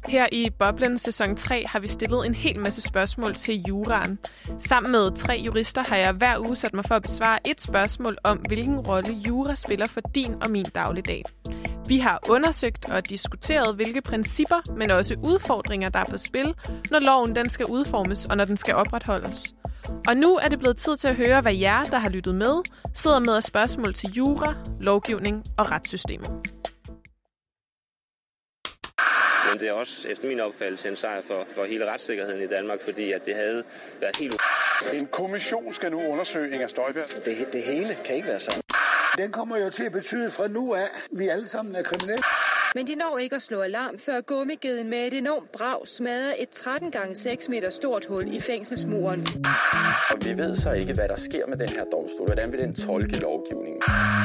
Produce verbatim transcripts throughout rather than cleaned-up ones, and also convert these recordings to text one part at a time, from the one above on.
Her i Boblen sæson tre har vi stillet en hel masse spørgsmål til juraen. Sammen med tre jurister har jeg hver uge sat mig for at besvare et spørgsmål om, hvilken rolle jura spiller for din og min dagligdag. Vi har undersøgt og diskuteret, hvilke principper, men også udfordringer, der er på spil, når loven den skal udformes og når den skal opretholdes. Og nu er det blevet tid til at høre, hvad jer, der har lyttet med, sidder med af spørgsmål til jura, lovgivning og retssystemet. Men det er også efter min opfattelse en sejr for, for hele retssikkerheden i Danmark, fordi at det havde været helt... En kommission skal nu undersøge Inger Støjberg. Det, det hele kan ikke være sådan. Den kommer jo til at betyde fra nu af, at vi alle sammen er kriminelle. Men de når ikke at slå alarm, før gummigeden med et enormt brag smadrer et tretten gange seks meter stort hul i fængselsmuren. Og vi ved så ikke, hvad der sker med den her domstol. Hvordan vil den tolke lovgivningen?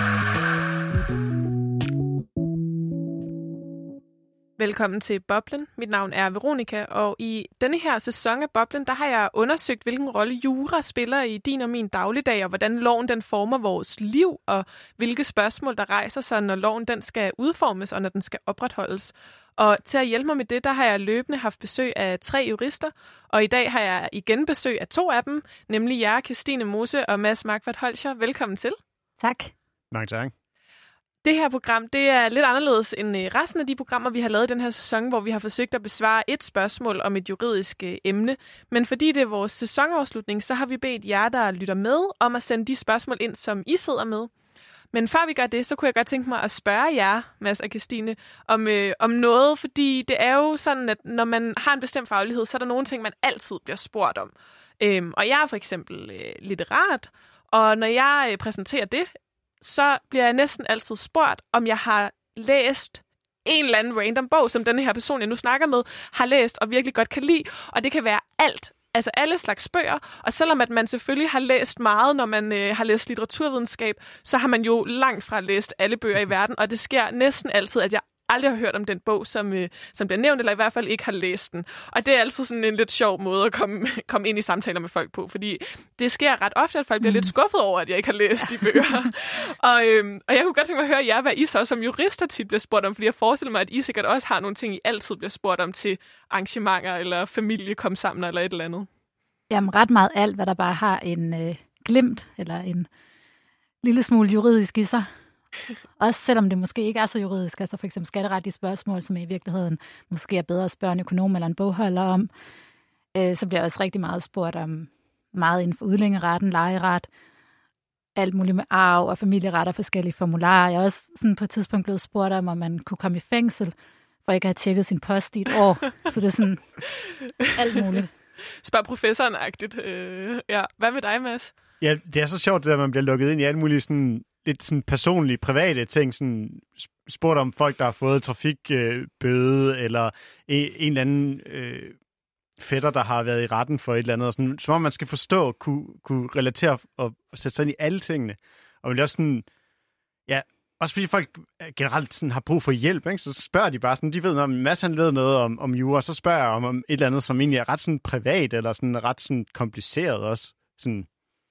Velkommen til Boblen. Mit navn er Veronica, og i denne her sæson af Boblen, der har jeg undersøgt, hvilken rolle jura spiller i din og min dagligdag, og hvordan loven den former vores liv, og hvilke spørgsmål, der rejser sig, når loven den skal udformes, og når den skal opretholdes. Og til at hjælpe mig med det, der har jeg løbende haft besøg af tre jurister, og i dag har jeg igen besøg af to af dem, nemlig jer, Kirstine Mose og Mads Markvart Holscher. Velkommen til. Tak. Mange tak. Det her program, det er lidt anderledes end resten af de programmer, vi har lavet i den her sæson, hvor vi har forsøgt at besvare et spørgsmål om et juridisk emne. Men fordi det er vores sæsonafslutning, så har vi bedt jer, der lytter med, om at sende de spørgsmål ind, som I sidder med. Men før vi gør det, så kunne jeg godt tænke mig at spørge jer, Mads og Kirstine, om, øh, om noget, fordi det er jo sådan, at når man har en bestemt faglighed, så er der nogle ting, man altid bliver spurgt om. Øhm, og jeg er for eksempel øh, litterat, og når jeg øh, præsenterer det, så bliver jeg næsten altid spurgt, om jeg har læst en eller anden random bog, som denne her person, jeg nu snakker med, har læst og virkelig godt kan lide. Og det kan være alt. Altså alle slags bøger. Og selvom at man selvfølgelig har læst meget, når man øh, har læst litteraturvidenskab, så har man jo langt fra læst alle bøger i verden. Og det sker næsten altid, at jeg aldrig har hørt om den bog, som, øh, som bliver nævnt, eller i hvert fald ikke har læst den. Og det er altid sådan en lidt sjov måde at komme, komme ind i samtaler med folk på, fordi det sker ret ofte, at folk bliver mm. lidt skuffet over, at jeg ikke har læst de bøger. og, øh, og jeg kunne godt tænke mig at høre jer, hvad I så som jurister tit bliver spurgt om, fordi jeg forestiller mig, at I sikkert også har nogle ting, I altid bliver spurgt om til arrangementer, eller familiekomsamler, eller et eller andet. Jamen ret meget alt, hvad der bare har en øh, glimt, eller en lille smule juridisk i sig. Også selvom det måske ikke er så juridisk, altså for eksempel skatteretlige spørgsmål, som i virkeligheden måske er bedre at spørge en økonom eller en bogholder om, øh, så bliver jeg også rigtig meget spurgt om meget inden for udlændingeretten, lejeret, alt muligt med arv og familieret og forskellige formularer. Jeg er også sådan på et tidspunkt blevet spurgt om, om man kunne komme i fængsel, for ikke at have tjekket sin post i et år. Så det er sådan alt muligt. Spørg professoren-agtigt. Øh, ja. Hvad med dig, Mads? Ja, det er så sjovt, at man bliver lukket ind i alle mulige sådan lidt sådan personlige, private ting, sådan spurgt om folk, der har fået trafikbøde, øh, eller en, en eller anden øh, fætter, der har været i retten for et eller andet, og sådan, som om man skal forstå, kunne, kunne relatere og, og sætte sig ind i alle tingene. Og det er også sådan, ja, også fordi folk generelt sådan har brug for hjælp, ikke? Så spørger de bare sådan, de ved noget om, en masse han ved noget om, om jura, så spørger jeg om, om et eller andet, som egentlig er ret sådan privat, eller sådan ret sådan kompliceret også, sådan.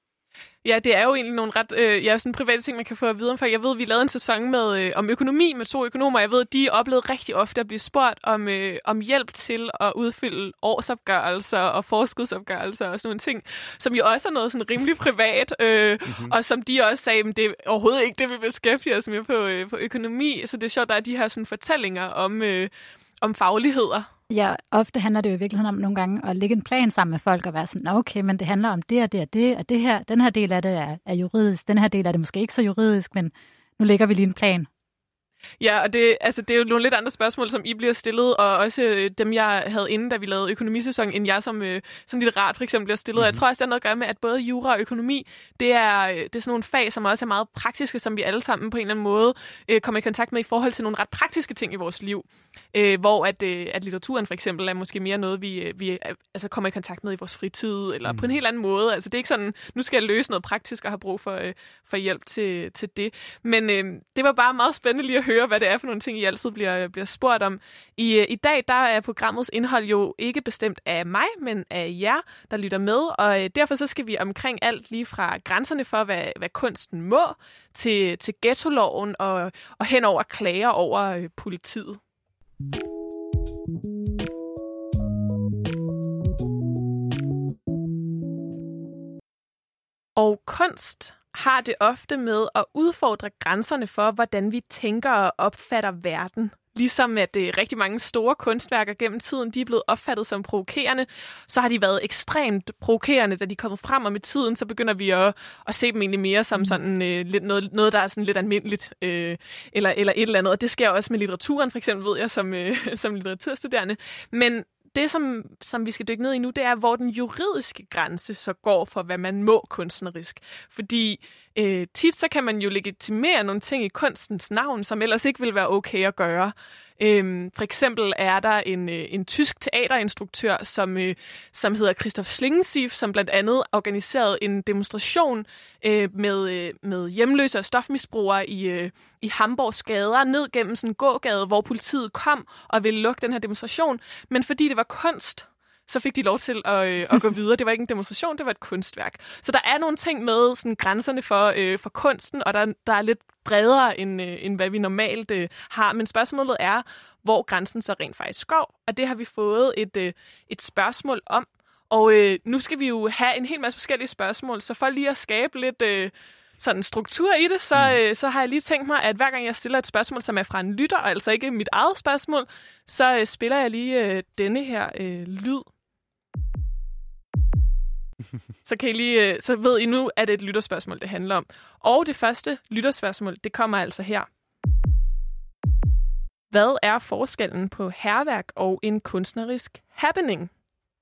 Ja, det er jo egentlig nogle ret øh, ja, sådan private ting, man kan få at vide om. For jeg ved, vi lavede en sæson med, øh, om økonomi med to økonomer. Jeg ved, at de oplevede rigtig ofte at blive spurgt om, øh, om hjælp til at udfylde årsopgørelser og forskudsopgørelser og sådan nogle ting, som jo også er noget sådan rimelig privat, øh, mm-hmm. og som de også sagde, at det er overhovedet ikke det, vi beskæftiger os med på, øh, på økonomi. Så det er sjovt, der er de her sådan fortællinger om, øh, om fagligheder. Ja, ofte handler det jo i virkeligheden om nogle gange at lægge en plan sammen med folk og være sådan, okay, men det handler om det og det og det, og det her, den her del af det er, er juridisk, den her del er det måske ikke så juridisk, men nu lægger vi lige en plan. Ja, og det, altså, det er jo nogle lidt andre spørgsmål, som I bliver stillet, og også dem, jeg havde inde, da vi lavede økonomisæson, end jeg som, øh, som litterat for eksempel bliver stillet. Mm-hmm. Jeg tror også, det har noget at gøre med, at både jura og økonomi, det er, det er sådan nogle fag, som også er meget praktiske, som vi alle sammen på en eller anden måde øh, kommer i kontakt med i forhold til nogle ret praktiske ting i vores liv. Øh, hvor at, øh, at litteraturen for eksempel er måske mere noget, vi, vi altså kommer i kontakt med i vores fritid, eller mm. på en helt anden måde. Altså det er ikke sådan, nu skal jeg løse noget praktisk og have brug for, øh, for hjælp til, til det. Men øh, det var bare meget spændende lige at høre, hvad det er for nogle ting, I altid bliver, bliver spurgt om. I, I dag der er programmets indhold jo ikke bestemt af mig, men af jer, der lytter med, og øh, derfor så skal vi omkring alt lige fra grænserne for, hvad, hvad kunsten må, til, til ghettoloven og, og hen over klager over øh, politiet. Og kunst har det ofte med at udfordre grænserne for, hvordan vi tænker og opfatter verden. Ligesom at øh, rigtig mange store kunstværker gennem tiden, de er blevet opfattet som provokerende, så har de været ekstremt provokerende, da de er kommet frem, og med tiden, så begynder vi at, at se dem egentlig mere som sådan, øh, lidt noget, noget, der er sådan lidt almindeligt, øh, eller, eller et eller andet. Og det sker også med litteraturen, for eksempel, ved jeg, som, øh, som litteraturstuderende. Men det, som, som vi skal dykke ned i nu, det er, hvor den juridiske grænse så går for, hvad man må kunstnerisk. Fordi øh, tit så kan man jo legitimere nogle ting i kunstens navn, som ellers ikke vil være okay at gøre. Øhm, for eksempel er der en, øh, en tysk teaterinstruktør, som, øh, som hedder Christoph Schlingensief, som blandt andet organiserede en demonstration øh, med, øh, med hjemløse og stofmisbrugere i, øh, i Hamburgs gader, ned gennem sådan en gågade, hvor politiet kom og ville lukke den her demonstration. Men fordi det var kunst, så fik de lov til at, øh, at gå videre. Det var ikke en demonstration, det var et kunstværk. Så der er nogle ting med sådan, grænserne for, øh, for kunsten, og der, der er lidt bredere, end, øh, end hvad vi normalt øh, har. Men spørgsmålet er, hvor grænsen så rent faktisk går. Og det har vi fået et, øh, et spørgsmål om. Og øh, nu skal vi jo have en hel masse forskellige spørgsmål, så for lige at skabe lidt øh, sådan struktur i det, så, øh, så har jeg lige tænkt mig, at hver gang jeg stiller et spørgsmål, som er fra en lytter, og altså ikke mit eget spørgsmål, så øh, spiller jeg lige øh, denne her øh, lyd. Så, kan I lige, så ved I nu, at det er et lytterspørgsmål, det handler om. Og det første lytterspørgsmål, det kommer altså her. Hvad er forskellen på hærværk og en kunstnerisk happening?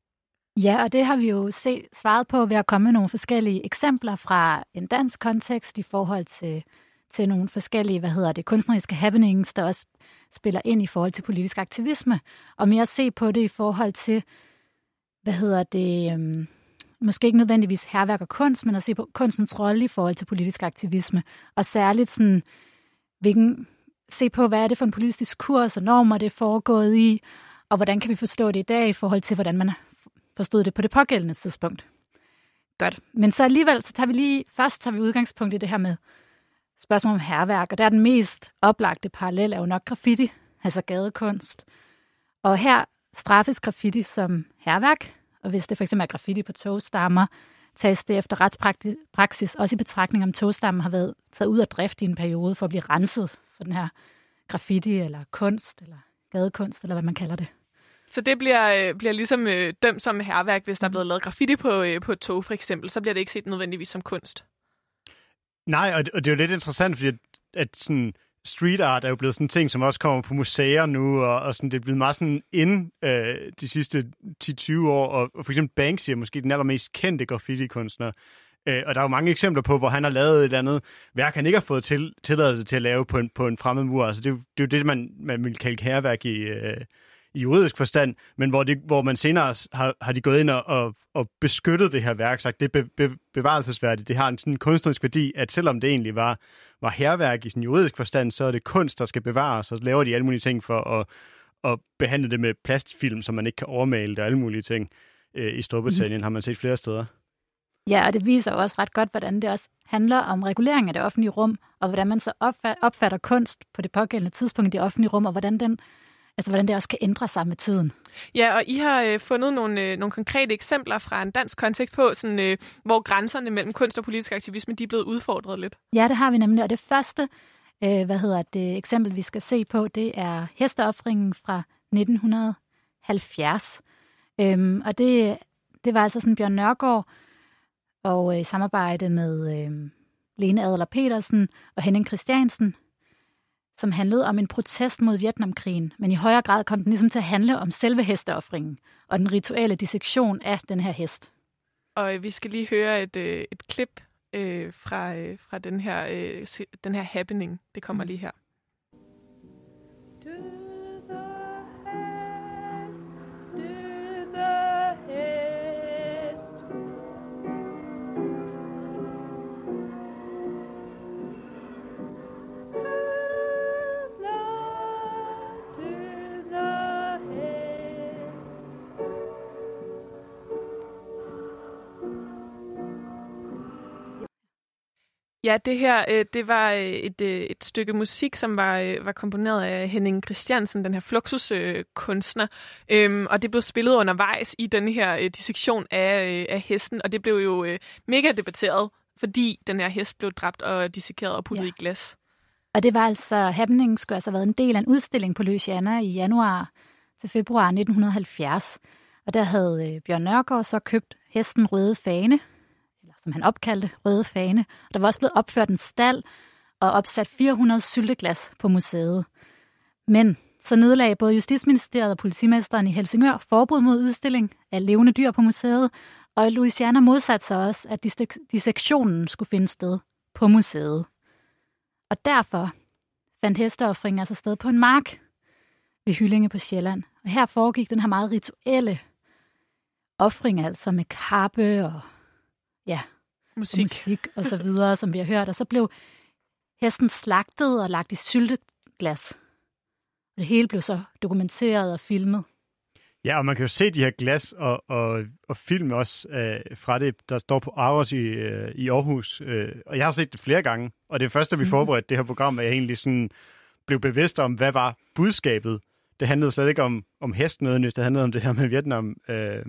Ja, og det har vi jo set, svaret på ved at komme med nogle forskellige eksempler fra en dansk kontekst i forhold til, til nogle forskellige, hvad hedder det, kunstneriske happenings, der også spiller ind i forhold til politisk aktivisme, og mere at se på det i forhold til, hvad hedder det, øhm, måske ikke nødvendigvis hærværk og kunst, men at se på kunstens rolle i forhold til politisk aktivisme, og særligt sådan, hvilken, se på, hvad er det for en politisk diskurs og normer, det er foregået i, og hvordan kan vi forstå det i dag i forhold til, hvordan man forstod det på det pågældende tidspunkt. Godt. Men så alligevel, så tager vi lige, først tager vi udgangspunkt i det her med spørgsmål om hærværk, og der er den mest oplagte parallel er jo nok graffiti, altså gadekunst. Og her straffes graffiti som hærværk, og hvis det for eksempel er graffiti på togstammer, tages det efter retspraksis også i betragtning, om togstammen har været taget ud af drift i en periode for at blive renset for den her graffiti, eller kunst, eller gadekunst, eller hvad man kalder det. Så det bliver, bliver ligesom øh, dømt som hærværk, hvis der er blevet lavet graffiti på, øh, på et tog, for eksempel. Så bliver det ikke set nødvendigvis som kunst. Nej, og det, og det er jo lidt interessant, fordi at, at sådan street art er jo blevet sådan en ting, som også kommer på museer nu, og, og sådan, det er blevet meget sådan in øh, de sidste ti til tyve år, og, og for eksempel Banksy er måske den allermest kendte graffiti-kunstner. Øh, og der er jo mange eksempler på, hvor han har lavet et eller andet værk, han ikke har fået til, tilladelse til at lave på en, på en fremmed mur. Altså det, det er jo det, man, man vil kalde hærværk i, øh, i juridisk forstand, men hvor, det, hvor man senere har, har de gået ind og, og, og beskyttet det her værk, sagt, det er be, be, bevarelsesværdigt. Det har en sådan kunstnerisk værdi, at selvom det egentlig var, var hærværk i sådan juridisk forstand, så er det kunst, der skal bevares, og så laver de alle mulige ting for at, at behandle det med plastfilm, så man ikke kan overmale det og alle mulige ting. Øh, I Storbritannien mm. har man set flere steder. Ja, og det viser også ret godt, hvordan det også handler om regulering af det offentlige rum, og hvordan man så opfatter kunst på det pågældende tidspunkt i det offentlige rum, og hvordan den Altså, hvordan det også kan ændre sig med tiden. Ja, og I har øh, fundet nogle, øh, nogle konkrete eksempler fra en dansk kontekst på, sådan, øh, hvor grænserne mellem kunst og politisk aktivisme, de er blevet udfordret lidt. Ja, det har vi nemlig. Og det første øh, hvad hedder det, eksempel, vi skal se på, det er hesteofringen fra nitten halvfjerds. Øhm, og det, det var altså sådan Bjørn Nørgaard og øh, i samarbejde med øh, Lene Adler Petersen og Henning Christiansen, som handlede om en protest mod Vietnamkrigen, men i højere grad kom den ligesom til at handle om selve hesteofringen og den rituelle dissektion af den her hest. Og vi skal lige høre et, øh, et klip øh, fra, øh, fra den, her, øh, den her happening. Det kommer lige her. Ja, det her det var et, et stykke musik, som var, var komponeret af Henning Christiansen, den her Fluxus-kunstner. Øhm, og det blev spillet undervejs i den her dissektion af, af hesten, og det blev jo mega debatteret fordi den her hest blev dræbt og dissekeret og puttet Ja. i glas. Og det var altså, happeningen skulle altså have været en del af en udstilling på Louisiana i januar til februar nitten halvfjerds. Og der havde øh, Bjørn Nørgaard så købt hesten Røde Fane, eller som han opkaldte Røde Fane. Og der var også blevet opført en stald og opsat fire hundrede sylteglas på museet. Men så nedlagde både Justitsministeriet og politimesteren i Helsingør forbud mod udstilling af levende dyr på museet, og Louisiana modsatte sig også, at dissektionen skulle finde sted på museet. Og derfor fandt hesteofringen altså sted på en mark ved Hyllinge på Sjælland. Og her foregik den her meget rituelle ofring, altså med kappe og, ja, Musik. og musik og så videre, som vi har hørt. Og så blev hesten slagtet og lagt i sylteglas. Og det hele blev så dokumenteret og filmet. Ja, og man kan jo se de her glas og, og, og film også øh, fra det, der står på Aros i, øh, i Aarhus. Øh, og jeg har set det flere gange. Og det første, vi mm. forberedte det her program, at jeg egentlig sådan blev bevidst om, hvad var budskabet. Det handlede slet ikke om, om hest nødvendigvis, det handlede om det her med Vietnam. Øh,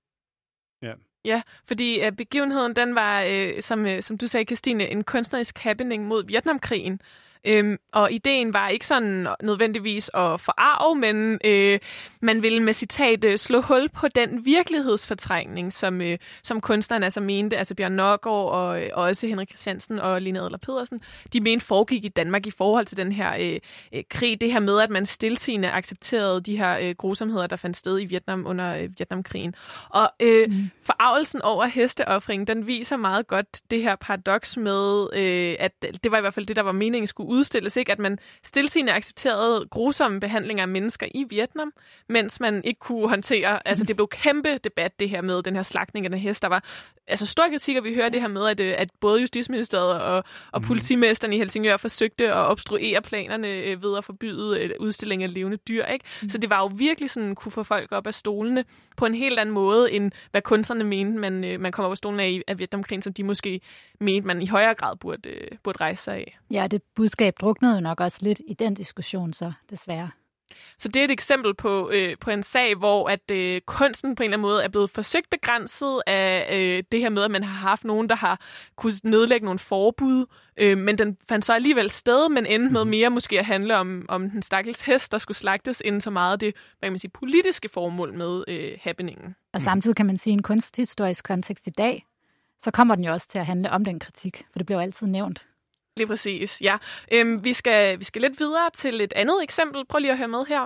ja. Ja, fordi uh, begivenheden, den var, uh, som, uh, som du sagde, Christine, en kunstnerisk happening mod Vietnamkrigen. Øhm, og ideen var ikke sådan nødvendigvis at forarve, men øh, man ville med citat øh, slå hul på den virkelighedsfortrængning, som, øh, som kunstneren altså mente, altså Bjørn Nørgaard og, øh, og også Henrik Christiansen og Lene Adler Pedersen, de mente foregik i Danmark i forhold til den her øh, øh, krig, det her med, at man stiltiende accepterede de her øh, grusomheder, der fandt sted i Vietnam under øh, Vietnamkrigen. Og øh, mm. forarvelsen over hesteofringen, den viser meget godt det her paradoks med, øh, at det var i hvert fald det, der var meningen skulle udstilles, ikke? At man stiltiende accepterede grusomme behandlinger af mennesker i Vietnam, mens man ikke kunne håndtere, altså det blev kæmpe debat, det her med den her slagtning af den hest. Der var altså stor kritik, og vi hører det her med, at, at både Justitsministeriet og, og politimesteren i Helsingør forsøgte at obstruere planerne ved at forbyde udstilling af levende dyr, ikke? Så det var jo virkelig sådan, kunne få folk op af stolene på en helt anden måde, end hvad kunstnerne mente, man, man kom op af stolen af, af Vietnamkrigen, som de måske mente, man i højere grad burde, burde rejse sig af. Ja, det budskab druknede jo nok også lidt i den diskussion, så desværre. Så det er et eksempel på, øh, på en sag, hvor at øh, kunsten på en eller anden måde er blevet forsøgt begrænset af øh, det her med, at man har haft nogen, der har kunnet nedlægge nogle forbud, øh, men den fandt så alligevel sted, men endte med mere måske at handle om, om den stakkels hest, der skulle slagtes, end så meget det, hvad kan man sige, politiske formål med øh, happeningen. Og samtidig kan man sige, i en kunsthistorisk kontekst i dag, så kommer den jo også til at handle om den kritik, for det bliver jo altid nævnt. Lige præcis, ja. Øhm, vi, skal, vi skal lidt videre til et andet eksempel. Prøv lige at høre med her.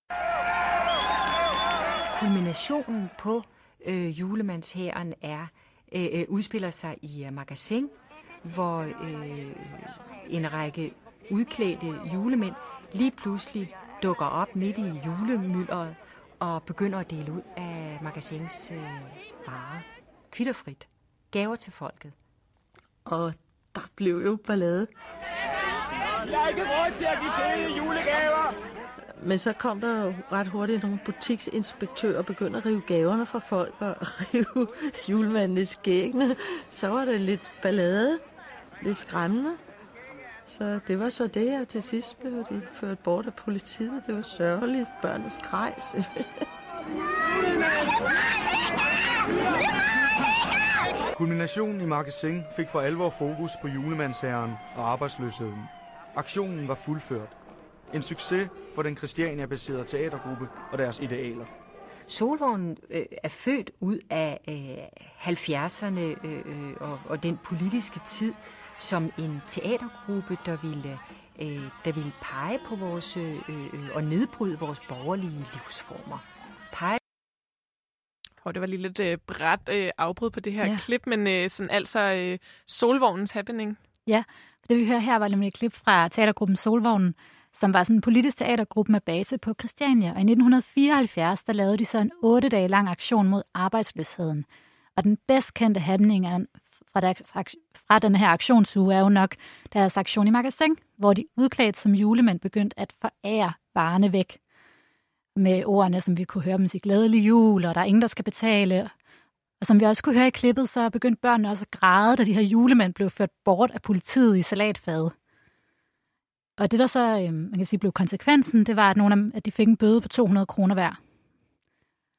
Kulminationen på øh, julemandshæren er, øh, udspiller sig i uh, Magasin, hvor øh, en række udklædte julemænd lige pludselig dukker op midt i julemylderet og begynder at dele ud af Magasins øh, varer. Kvitterfrit. Gaver til folket. Og der blev jo ballade. Vi har ikke råd til at give pæne julegaver. Men så kom der jo ret hurtigt nogle butiksinspektører og begyndte at rive gaverne fra folk og rive julemanden i skæggene. Så var det lidt ballade, lidt skræmmende. Så det var så det, og til sidst blev de ført bort af politiet. Det var sørgeligt. Børnene skreg simpelthen. Kulminationen i Magasin fik for alvor fokus på julemandsherren og arbejdsløsheden. Aktionen var fuldført. En succes for den Christiania-baserede teatergruppe og deres idealer. Solvognen øh, er født ud af øh, halvfjerdserne øh, og, og den politiske tid som en teatergruppe, der ville, øh, der ville pege på vores øh, øh, og nedbryde vores borgerlige livsformer. Pege Oh, det var lige lidt øh, bræt øh, afbrud på det her ja. klip, men øh, sådan altså øh, Solvognens happening. Ja, det vi hører her var nemlig et klip fra teatergruppen Solvognen, som var sådan en politisk teatergruppe med base på Christiania. Og i nitten fireoghalvfjerds, der lavede de så en otte dage lang aktion mod arbejdsløsheden. Og den bedst kendte happening fra, deres, fra den her aktionsuge er jo nok deres aktion i Magasin, hvor de udklædt som julemænd begyndte at forære varerne væk. Med ordene, som vi kunne høre dem sige, glædelig jul, og der er ingen, der skal betale. Og som vi også kunne høre i klippet, så begyndte børnene også at græde, da de her julemænd blev ført bort af politiet i salatfadet. Og det, der så man kan sige, blev konsekvensen, det var, at nogle af dem, at de fik en bøde på to hundrede kroner hver.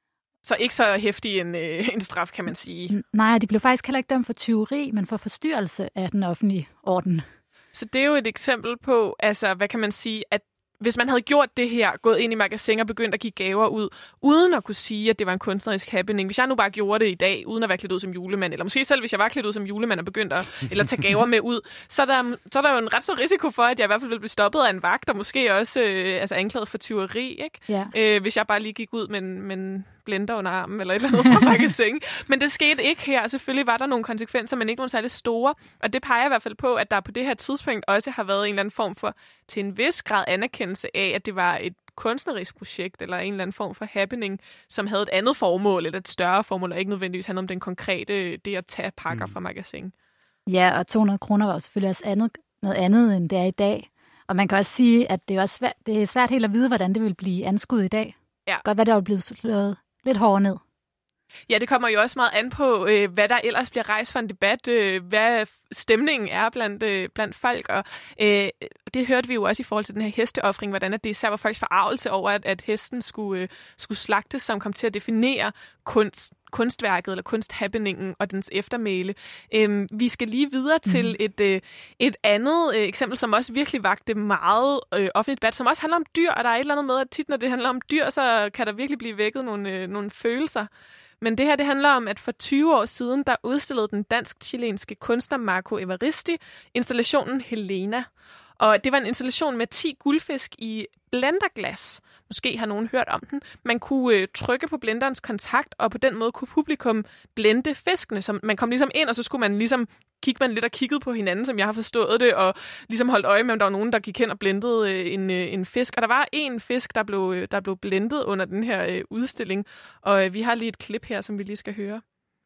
Så ikke så hæftig en, øh, en straf, kan man sige. Nej, de blev faktisk heller ikke dømt for tyveri, men for forstyrrelse af den offentlige orden. Så det er jo et eksempel på, altså, hvad kan man sige, at hvis man havde gjort det her, gået ind i Magasin og begyndt at give gaver ud, uden at kunne sige, at det var en kunstnerisk happening. Hvis jeg nu bare gjorde det i dag, uden at være klædt ud som julemand, eller måske selv hvis jeg var klædt ud som julemand og begyndte at eller tage gaver med ud, så er, der, så er der jo en ret stor risiko for, at jeg i hvert fald ville blive stoppet af en vagt, og måske også øh, altså anklaget for tyveri, ikke? Ja. Øh, hvis jeg bare lige gik ud med en, med en blender under armen, eller et eller andet fra Magasin. Men det skete ikke her, og selvfølgelig var der nogle konsekvenser, men ikke nogle særlig store. Og det peger i hvert fald på, at der på det her tidspunkt også har været en eller anden form for, til en vis grad anerkendelse af, at det var et kunstnerisk projekt, eller en eller anden form for happening, som havde et andet formål, eller et større formål, og ikke nødvendigvis handlede om den konkrete, det at tage pakker mm. fra Magasin. Ja, og to hundrede kroner var jo selvfølgelig også andet, noget andet, end det er i dag. Og man kan også sige, at det er, også svært, det er svært helt at vide, hvordan det vil blive anskuet i dag. Ja. Godt, hvad der er blevet slået lidt hårdere ned. Ja, det kommer jo også meget an på, øh, hvad der ellers bliver rejst for en debat, øh, hvad stemningen er blandt, øh, blandt folk. Og øh, det hørte vi jo også i forhold til den her hesteoffring, hvordan at det især var folks forarvelse over, at, at hesten skulle, øh, skulle slagtes, som kom til at definere kunst, kunstværket eller kunsthappeningen og dens eftermæle. Øh, vi skal lige videre mm. til et, øh, et andet øh, eksempel, som også virkelig vagte meget øh, offentlig debat, som også handler om dyr, og der er et eller andet med, at tit når det handler om dyr, så kan der virkelig blive vækket nogle, øh, nogle følelser. Men det her, det handler om, at for tyve år siden, der udstillede den dansk-chilenske kunstner Marco Evaristi installationen Helena. Og det var en installation med ti guldfisk i blenderglas. Måske har nogen hørt om den. Man kunne øh, trykke på blenderens kontakt, og på den måde kunne publikum blende fiskene. Så man kom ligesom ind, og så skulle man ligesom kigge man lidt og kiggede på hinanden, som jeg har forstået det, og ligesom holdt øje med, om der var nogen, der gik hen og blendede øh, en, øh, en fisk. Og der var en fisk, der blev, øh, der blev blendet under den her øh, udstilling. Og øh, vi har lige et klip her, som vi lige skal høre.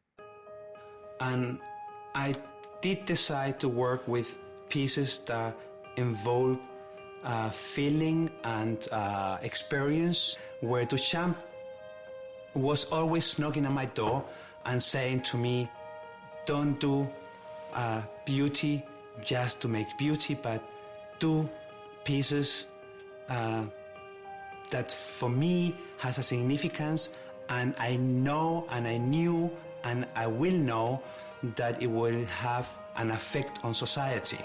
And I did decide to work with pieces that involve uh, feeling and uh, experience, where Duchamp was always knocking at my door and saying to me, don't do uh, beauty just to make beauty, but do pieces uh, that for me has a significance, and I know and I knew and I will know that it will have an effect on society.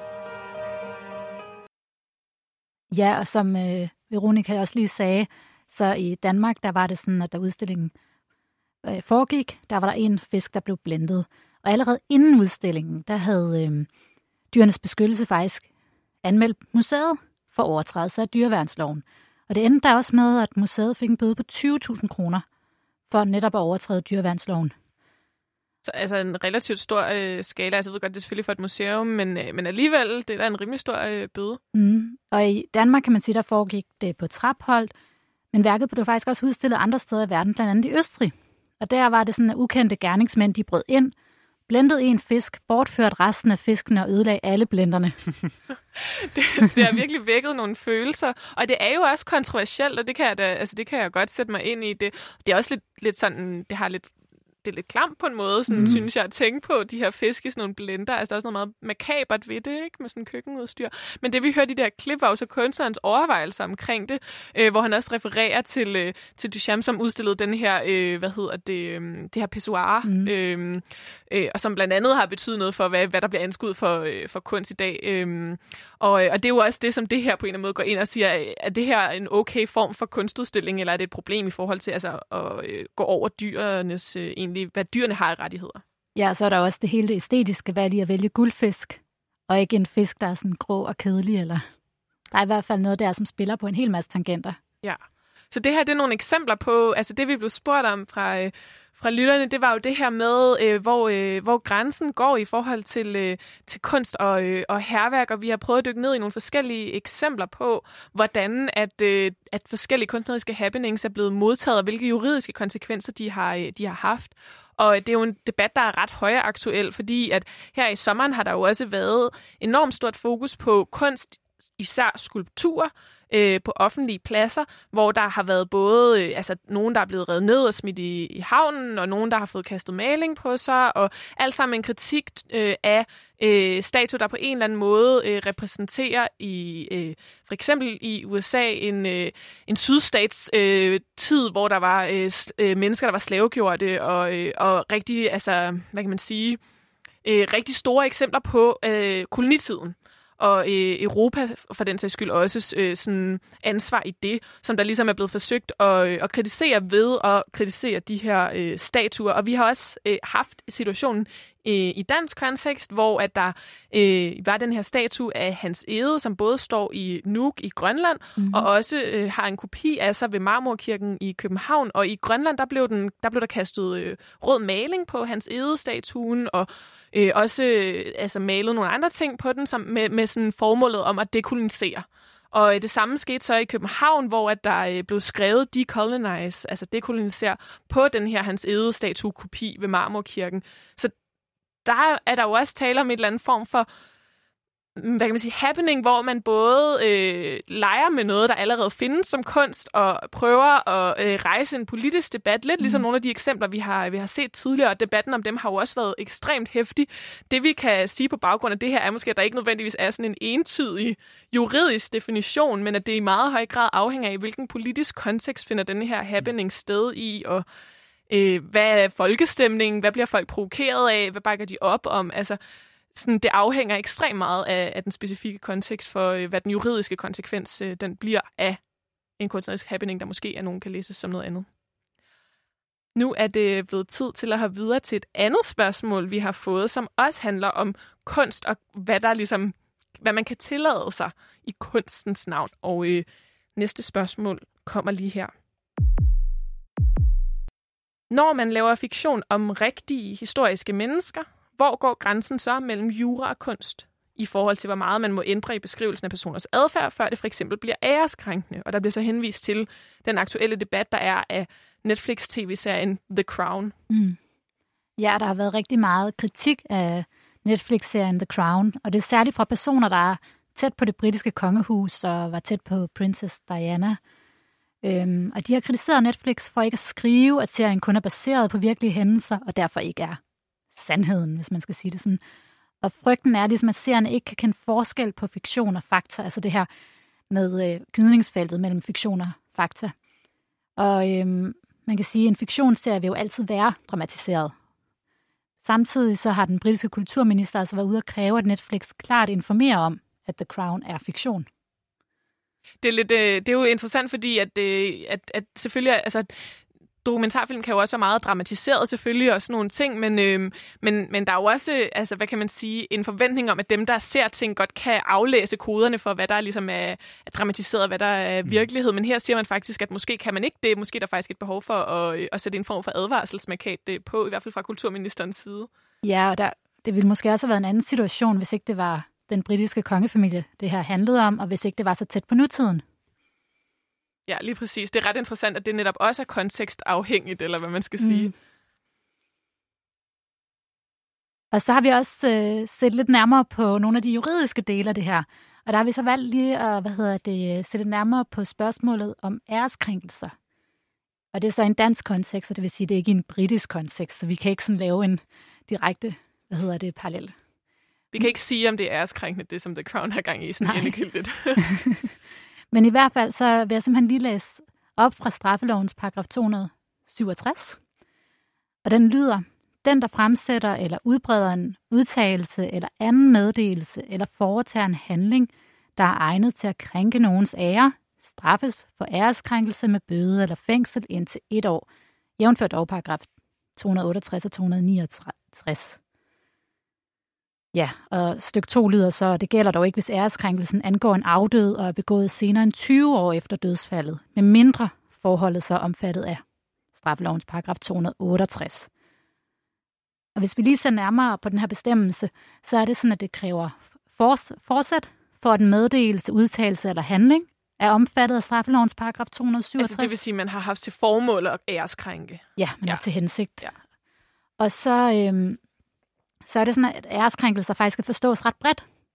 Ja, og som øh, Veronica også lige sagde, så i Danmark, der var det sådan, at da udstillingen øh, foregik, der var der en fisk, der blev blendet. Og allerede inden udstillingen, der havde øh, Dyrenes Beskyttelse faktisk anmeldt museet for overtrædelse af dyreværnsloven. Og det endte der også med, at museet fik en bøde på tyve tusind kroner for netop at overtræde dyreværnsloven. Så altså en relativt stor øh, skala. Altså, jeg ved godt, det er selvfølgelig for et museum, men, øh, men alligevel, det er da en rimelig stor øh, bøde. Mm. Og i Danmark kan man sige, der foregik det på Trapholt, men værket blev faktisk også udstillet andre steder i verden, blandt andet i Østrig. Og der var det sådan, at ukendte gerningsmænd, de brød ind, blendede en fisk, bortført resten af fiskene og ødelagde alle blenderne. det, det har virkelig vækket nogle følelser, og det er jo også kontroversielt, og det kan jeg, da, altså, det kan jeg godt sætte mig ind i. Det, det er også lidt, lidt sådan, det har lidt det er lidt klamt på en måde, sådan, mm. synes jeg, at tænke på de her fisk i sådan nogle blender. Altså, der er også noget meget makabert ved det, ikke? Med sådan køkkenudstyr. Men det, vi hørte i det her klip, var jo så kunstnerens overvejelser omkring det, øh, hvor han også refererer til, øh, til Duchamp, som udstillede den her, øh, hvad hedder det, øh, det her pissoir, mm. øh, øh, og som blandt andet har betydet noget for, hvad, hvad der bliver anskudt for, øh, for kunst i dag. Øh, og, og det er jo også det, som det her på en eller anden måde går ind og siger, er det her en okay form for kunstudstilling, eller er det et problem i forhold til altså, at øh, gå over dyrenes øh, hvad dyrene har i rettigheder. Ja, så er der også det hele det æstetiske valg i at vælge guldfisk, og ikke en fisk, der er sådan grå og kedelig. Eller der er i hvert fald noget der, som spiller på en hel masse tangenter. Ja, så det her det er nogle eksempler på, altså det vi blev spurgt om fra, øh, fra lytterne, det var jo det her med, øh, hvor, øh, hvor grænsen går i forhold til, øh, til kunst og, øh, og hærværk, og vi har prøvet at dykke ned i nogle forskellige eksempler på, hvordan at, øh, at forskellige kunstneriske happenings er blevet modtaget, og hvilke juridiske konsekvenser de har, øh, de har haft. Og det er jo en debat, der er ret højaktuel, fordi at her i sommeren har der jo også været enormt stort fokus på kunst især skulpturer øh, på offentlige pladser, hvor der har været både øh, altså nogen, der er blevet revet ned og smidt i, i havnen, og nogen, der har fået kastet maling på sig, og alt sammen en kritik øh, af øh, statuer, der på en eller anden måde øh, repræsenterer i øh, for eksempel i U S A en, øh, en sydstats øh, tid, hvor der var øh, øh, mennesker, der var slavegjorte, og, øh, og rigtig, altså, hvad kan man sige, øh, rigtig store eksempler på øh, kolonitiden. Og øh, Europa for den sags skyld også øh, sådan ansvar i det, som der ligesom er blevet forsøgt at, øh, at kritisere ved at kritisere de her øh, statuer. Og vi har også øh, haft situationen øh, i dansk kontekst, hvor at der øh, var den her statue af Hans Egede, som både står i Nuuk i Grønland, mm-hmm. og også øh, har en kopi af sig ved Marmorkirken i København. Og i Grønland, der blev, den, der, blev der kastet øh, rød maling på Hans Egede-statuen, og Øh, også øh, altså malet nogle andre ting på den, som med, med sådan formålet om at dekolonisere. Og øh, det samme skete så i København, hvor at der øh, blev skrevet decolonize, altså dekolonisere, på den her Hans Egede-statue-kopi ved Marmorkirken. Så der er der jo også tale om et eller andet form for, hvad kan man sige, happening, hvor man både øh, leger med noget, der allerede findes som kunst, og prøver at øh, rejse en politisk debat, lidt mm. ligesom nogle af de eksempler, vi har, vi har set tidligere, og debatten om dem har jo også været ekstremt heftig. Det vi kan sige på baggrund af det her, er måske, at der ikke nødvendigvis er sådan en entydig juridisk definition, men at det i meget høj grad afhænger af, hvilken politisk kontekst finder den her happening sted i, og øh, hvad er folkestemningen, hvad bliver folk provokeret af, hvad bakker de op om, altså sådan, det afhænger ekstremt meget af, af den specifikke kontekst for, øh, hvad den juridiske konsekvens øh, den bliver af en kunstnerisk happening, der måske er nogen kan læses som noget andet. Nu er det blevet tid til at have videre til et andet spørgsmål, vi har fået, som også handler om kunst og hvad der ligesom, hvad man kan tillade sig i kunstens navn. Og øh, næste spørgsmål kommer lige her. Når man laver fiktion om rigtige historiske mennesker, hvor går grænsen så mellem jura og kunst i forhold til, hvor meget man må ændre i beskrivelsen af personers adfærd, før det for eksempel bliver æreskrænkende? Og der bliver så henvist til den aktuelle debat, der er af Netflix-tv-serien The Crown. Mm. Ja, der har været rigtig meget kritik af Netflix-serien The Crown, og det er særligt fra personer, der er tæt på det britiske kongehus og var tæt på Princess Diana. Øhm, og de har kritiseret Netflix for ikke at skrive, at serien kun er baseret på virkelige hændelser, og derfor ikke er sandheden, hvis man skal sige det sådan. Og frygten er ligesom, at seerne ikke kan kende forskel på fiktion og fakta, altså det her med øh, gnidningsfeltet mellem fiktion og fakta. Og øhm, man kan sige, at en fiktionsserie vil jo altid være dramatiseret. Samtidig så har den britiske kulturminister altså været ude og kræve, at Netflix klart informerer om, at The Crown er fiktion. Det er, lidt, øh, det er jo interessant, fordi at, øh, at, at selvfølgelig, altså dokumentarfilm kan jo også være meget dramatiseret selvfølgelig og sådan nogle ting, men, øh, men, men der er jo også, altså hvad kan man sige, en forventning om, at dem, der ser ting, godt kan aflæse koderne for, hvad der ligesom er, er dramatiseret, og hvad der er virkelighed. Men her siger man faktisk, at måske kan man ikke det. Måske er der faktisk et behov for at, at sætte en form for advarselsmarkat på, i hvert fald fra kulturministerens side. Ja, og der, det ville måske også have været en anden situation, hvis ikke det var den britiske kongefamilie, det her handlede om, og hvis ikke det var så tæt på nutiden. Ja, lige præcis. Det er ret interessant, at det netop også er kontekstafhængigt, eller hvad man skal sige. Mm. Og så har vi også øh, set lidt nærmere på nogle af de juridiske dele af det her. Og der har vi så valgt lige at hvad hedder det, sætte nærmere på spørgsmålet om æreskrænkelser. Og det er så en dansk kontekst, og det vil sige, at det er ikke en britisk kontekst, så vi kan ikke sådan lave en direkte, hvad hedder det, parallel. Vi kan ikke sige, om det er æreskrænkende, det som The Crown har gang i, sådan endegyldigt. Men i hvert fald så vil jeg simpelthen lige læse op fra straffelovens paragraf to hundrede syvogtres. Og den lyder: den, der fremsætter eller udbreder en udtalelse eller anden meddelelse eller foretager en handling, der er egnet til at krænke nogens ære, straffes for æreskrænkelse med bøde eller fængsel indtil et år, jævnfør dog paragraf to hundrede otteogtres og to hundrede niogtres. Ja, og stykke to lyder så, det gælder dog ikke, hvis æreskrænkelsen angår en afdød og er begået senere end tyve år efter dødsfaldet, med mindre forholdet så omfattet af straffelovens paragraf to hundrede otteogtres. Og hvis vi lige ser nærmere på den her bestemmelse, så er det sådan, at det kræver forsæt for, at en meddelelse, udtalelse eller handling er omfattet af straffelovens paragraf to hundrede syvogtres. Altså det vil sige, at man har haft til formål at æreskrænke. Ja, man ja. har til hensigt. Ja. Og så... Øhm, så er det sådan, at æreskrænkelser faktisk skal forstås ret bredt.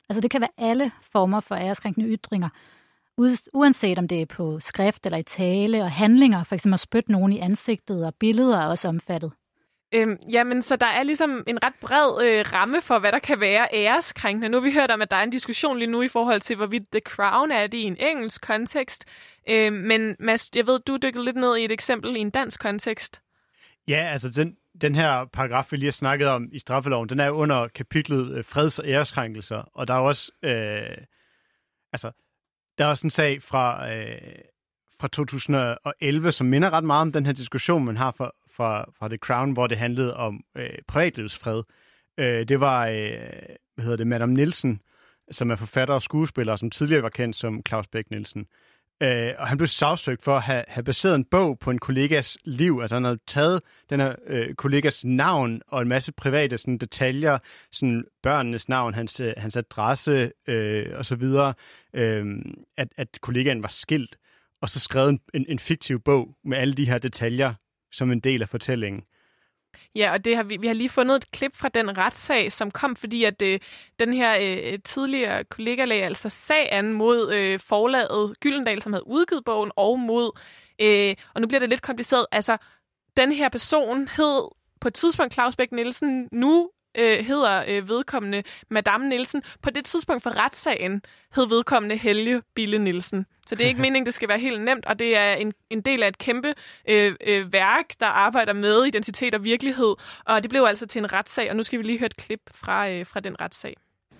Altså det kan være alle former for æreskrænkende ytringer, uanset om det er på skrift eller i tale og handlinger, for eksempel at spytte nogen i ansigtet, og billeder er også omfattet. Øhm, jamen, så der er ligesom en ret bred øh, ramme for, hvad der kan være æreskrænkende. Nu har vi hørt om, at der er en diskussion lige nu i forhold til, hvorvidt The Crown er det i en engelsk kontekst. Øh, men Mads, jeg ved, du dykkede lidt ned i et eksempel i en dansk kontekst. Ja, altså den, den her paragraf, vi lige har snakket om i straffeloven, den er under kapitlet øh, freds- og æreskrænkelser. Og der er også, øh, altså, der er også en sag fra, øh, fra to tusind og elleve, som minder ret meget om den her diskussion, man har for Fra, fra The Crown, hvor det handlede om øh, privatlivsfred. Øh, det var, øh, hvad hedder det, Madame Nielsen, som er forfatter og skuespiller, som tidligere var kendt som Claus Bech Nielsen. Øh, og han blev sagsøgt for at have, have baseret en bog på en kollegas liv. Altså han havde taget den her øh, kollegas navn og en masse private sådan, detaljer, sådan børnenes navn, hans, øh, hans adresse øh, og så videre, øh, at, at kollegaen var skilt, og så skrevet en, en, en fiktiv bog med alle de her detaljer, som en del af fortællingen. Ja, og det har vi, vi har lige fundet et klip fra den retssag, som kom, fordi at øh, den her øh, tidligere kollega lagde altså sag an mod øh, forlaget Gyldendal, som havde udgivet bogen, og mod, øh, og nu bliver det lidt kompliceret, altså den her person hed på et tidspunkt Claus Bech Nielsen, nu øh, hedder øh, vedkommende Madame Nielsen. På det tidspunkt for retssagen hed vedkommende Helge Bille Nielsen. Så det er ikke meningen, det skal være helt nemt, og det er en, en del af et kæmpe øh, øh, værk, der arbejder med identitet og virkelighed. Og det blev altså til en retssag, og nu skal vi lige høre et klip fra, øh, fra den retssag.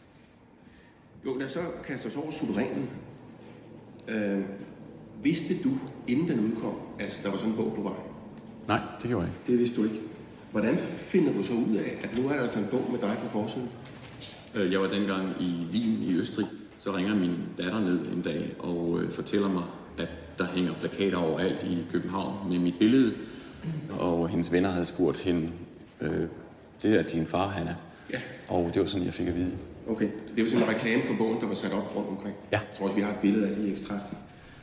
Jo, lad os så kaste os over suverænen. Øh, vidste du, inden den udkom, at der var sådan en bog på vej? Nej, det gjorde jeg ikke. Det vidste du ikke. Hvordan finder du så ud af, at nu er der altså en bog med dig på forsiden? Øh, jeg var dengang i Wien i Østrig. Så ringer min datter ned en dag og øh, fortæller mig, at der hænger plakater overalt i København med mit billede. Og hendes venner havde spurgt hende, øh, det er din far, han er. Ja. Og det var sådan, jeg fik at vide. Okay, det var sådan en reklame for bogen, der var sat op rundt omkring. Ja. Jeg tror også, vi har et billede af det i ekstrakten.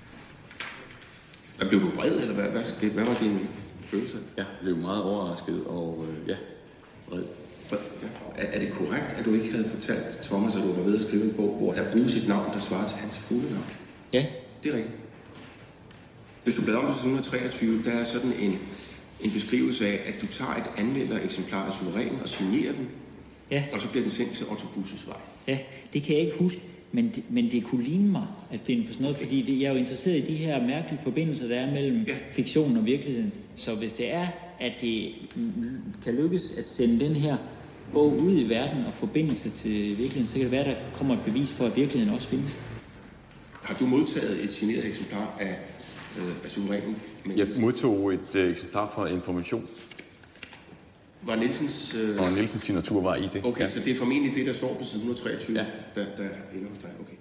Blev du vred, eller hvad, hvad, skete? Hvad var din følelse? Jeg blev meget overrasket og øh, ja, vred. Ja. Er, er det korrekt, at du ikke havde fortalt Thomas, at du var ved at skrive en bog, hvor der bruges et navn, der svarer til hans fulde navn? Ja. Det er rigtigt. Hvis du bladrer om til side et hundrede og treogtyve, der er sådan en, en beskrivelse af, at du tager et anmeldereksemplar af suverænen og signerer den, ja. Og så bliver den sendt til Otto Busses vej. Ja, det kan jeg ikke huske, men det, men det kunne ligne mig at finde på sådan noget, okay. Fordi det, jeg er jo interesseret i de her mærkelige forbindelser, der er mellem ja. fiktion og virkeligheden. Så hvis det er, at det kan lykkes at sende den her bog ud i verden og forbinde sig til virkeligheden, så kan det være, at der kommer et bevis for, at virkeligheden også findes. Har du modtaget et signeret eksemplar af, øh, af suverænen? Jeg modtog et øh, eksemplar fra Information. Var Nielsens... Øh... Og Nielsens signatur var i det. Okay, ja. Så det er formentlig det, der står på side et hundrede og treogtyve, ja. der, der ender hos dig. Okay.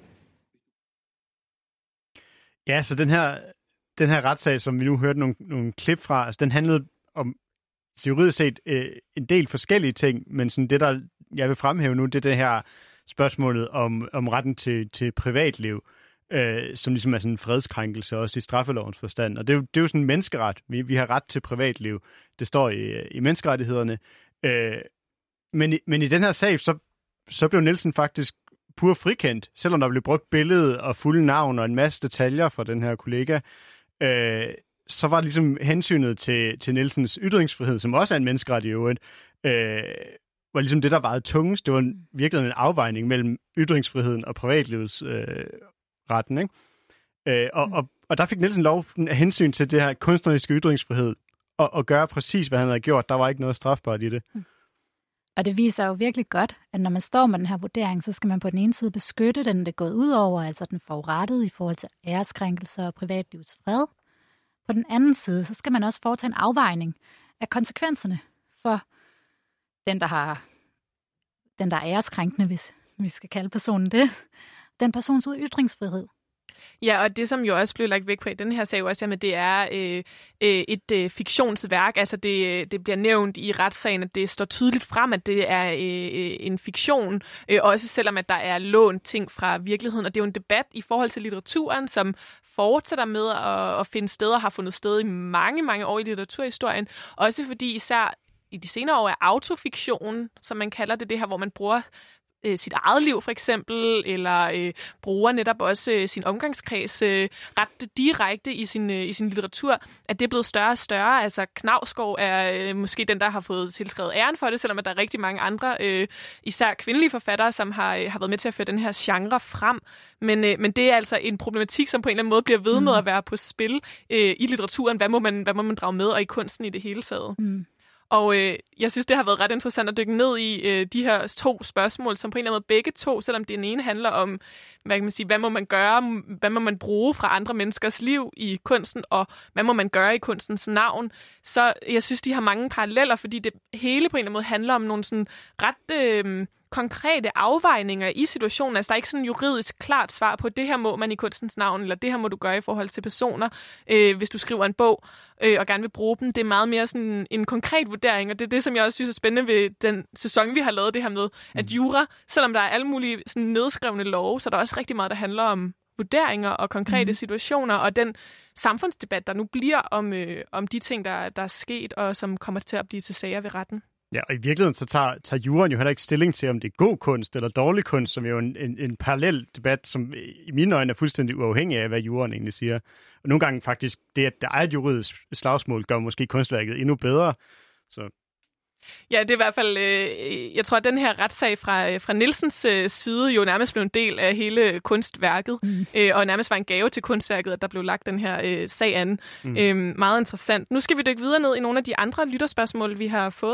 Ja, så den her, den her retssag, som vi nu hørte nogle, nogle klip fra, altså den handlede om juridisk set øh, en del forskellige ting, men sådan det, der jeg vil fremhæve nu, det er det her spørgsmålet om, om retten til, til privatliv, øh, som ligesom er sådan en fredskrænkelse også i straffelovens forstand. Og det er jo, det er jo sådan en menneskeret. Vi, vi har ret til privatliv. Det står i, i menneskerettighederne. Øh, men, men i den her sag, så, så blev Nielsen faktisk pur frikendt, selvom der blev brugt billede og fulde navn og en masse detaljer fra den her kollega. Øh, så var ligesom hensynet til, til Nielsens ytringsfrihed, som også er en menneskeret i øvrigt, øh, var ligesom det, der vejede tungest. Det var virkelig en afvejning mellem ytringsfriheden og privatlivets øh, retten, ikke? Øh, og, og, og der fik Nielsen lov af hensyn til det her kunstneriske ytringsfrihed, og, og gøre præcis, hvad han havde gjort. Der var ikke noget strafbart i det. Mm. Og det viser jo virkelig godt, at når man står med den her vurdering, så skal man på den ene side beskytte den, det er gået ud over, altså den forurettede i forhold til æreskrænkelser og privatlivets fred. På den anden side, så skal man også foretage en afvejning af konsekvenserne for den, der har den, der er æreskrænkende, hvis vi skal kalde personen det, den persons ytringsfrihed. Ja, og det, som jo også blev lagt væk på i den her sag, også, jamen, det er øh, øh, et øh, fiktionsværk. Altså, det, det bliver nævnt i retssagen, at det står tydeligt frem, at det er øh, en fiktion, øh, også selvom at der er lånt ting fra virkeligheden. Og det er jo en debat i forhold til litteraturen, som fortsætter med at, at finde steder, har fundet sted i mange, mange år i litteraturhistorien. Også fordi især i de senere år er autofiktion, som man kalder det, det her, hvor man bruger øh, sit eget liv for eksempel, eller øh, bruger netop også øh, sin omgangskreds øh, ret direkte i sin, øh, i sin litteratur, at det er blevet større og større. Altså Knausgård er øh, måske den, der har fået tilskrevet æren for det, selvom at der er rigtig mange andre, øh, især kvindelige forfattere, som har, øh, har været med til at føre den her genre frem. Men, øh, men det er altså en problematik, som på en eller anden måde bliver ved med at være på spil øh, i litteraturen. Hvad må, man, hvad må man drage med, og i kunsten i det hele taget. Mm. Og øh, jeg synes, det har været ret interessant at dykke ned i øh, de her to spørgsmål, som på en eller anden måde begge to, selvom den ene handler om, hvad kan man sige, hvad må man gøre, hvad må man bruge fra andre menneskers liv i kunsten, og hvad må man gøre i kunstens navn. Så jeg synes, de har mange paralleller, fordi det hele på en eller anden måde handler om nogle sådan ret øh, konkrete afvejninger i situationen. Altså der er ikke sådan juridisk klart svar på, det her må man i kunstens navn, eller det her må du gøre i forhold til personer, øh, hvis du skriver en bog øh, og gerne vil bruge dem. Det er meget mere sådan en konkret vurdering, og det er det, som jeg også synes er spændende ved den sæson, vi har lavet det her med, at jura, selvom der er alle mulige sådan nedskrevne love, så er der også rigtig meget, der handler om vurderinger og konkrete mm. situationer, og den samfundsdebat, der nu bliver om, øh, om de ting, der, der er sket, og som kommer til at blive til sager ved retten. Ja, og i virkeligheden så tager, tager juraen jo heller ikke stilling til, om det er god kunst eller dårlig kunst, som er jo en, en, en parallel debat, som i mine øjne er fuldstændig uafhængig af, hvad juraen egentlig siger. Og nogle gange faktisk, det at der er et juridisk slagsmål, gør måske kunstværket endnu bedre. Så. Ja, det er i hvert fald, øh, jeg tror, at den her retssag fra, fra Nielsens øh, side jo nærmest blev en del af hele kunstværket, mm. øh, og nærmest var en gave til kunstværket, at der blev lagt den her øh, sag an. Mm. Øh, meget interessant. Nu skal vi dykke videre ned i nogle af de andre lytterspørgsmål, vi har fået.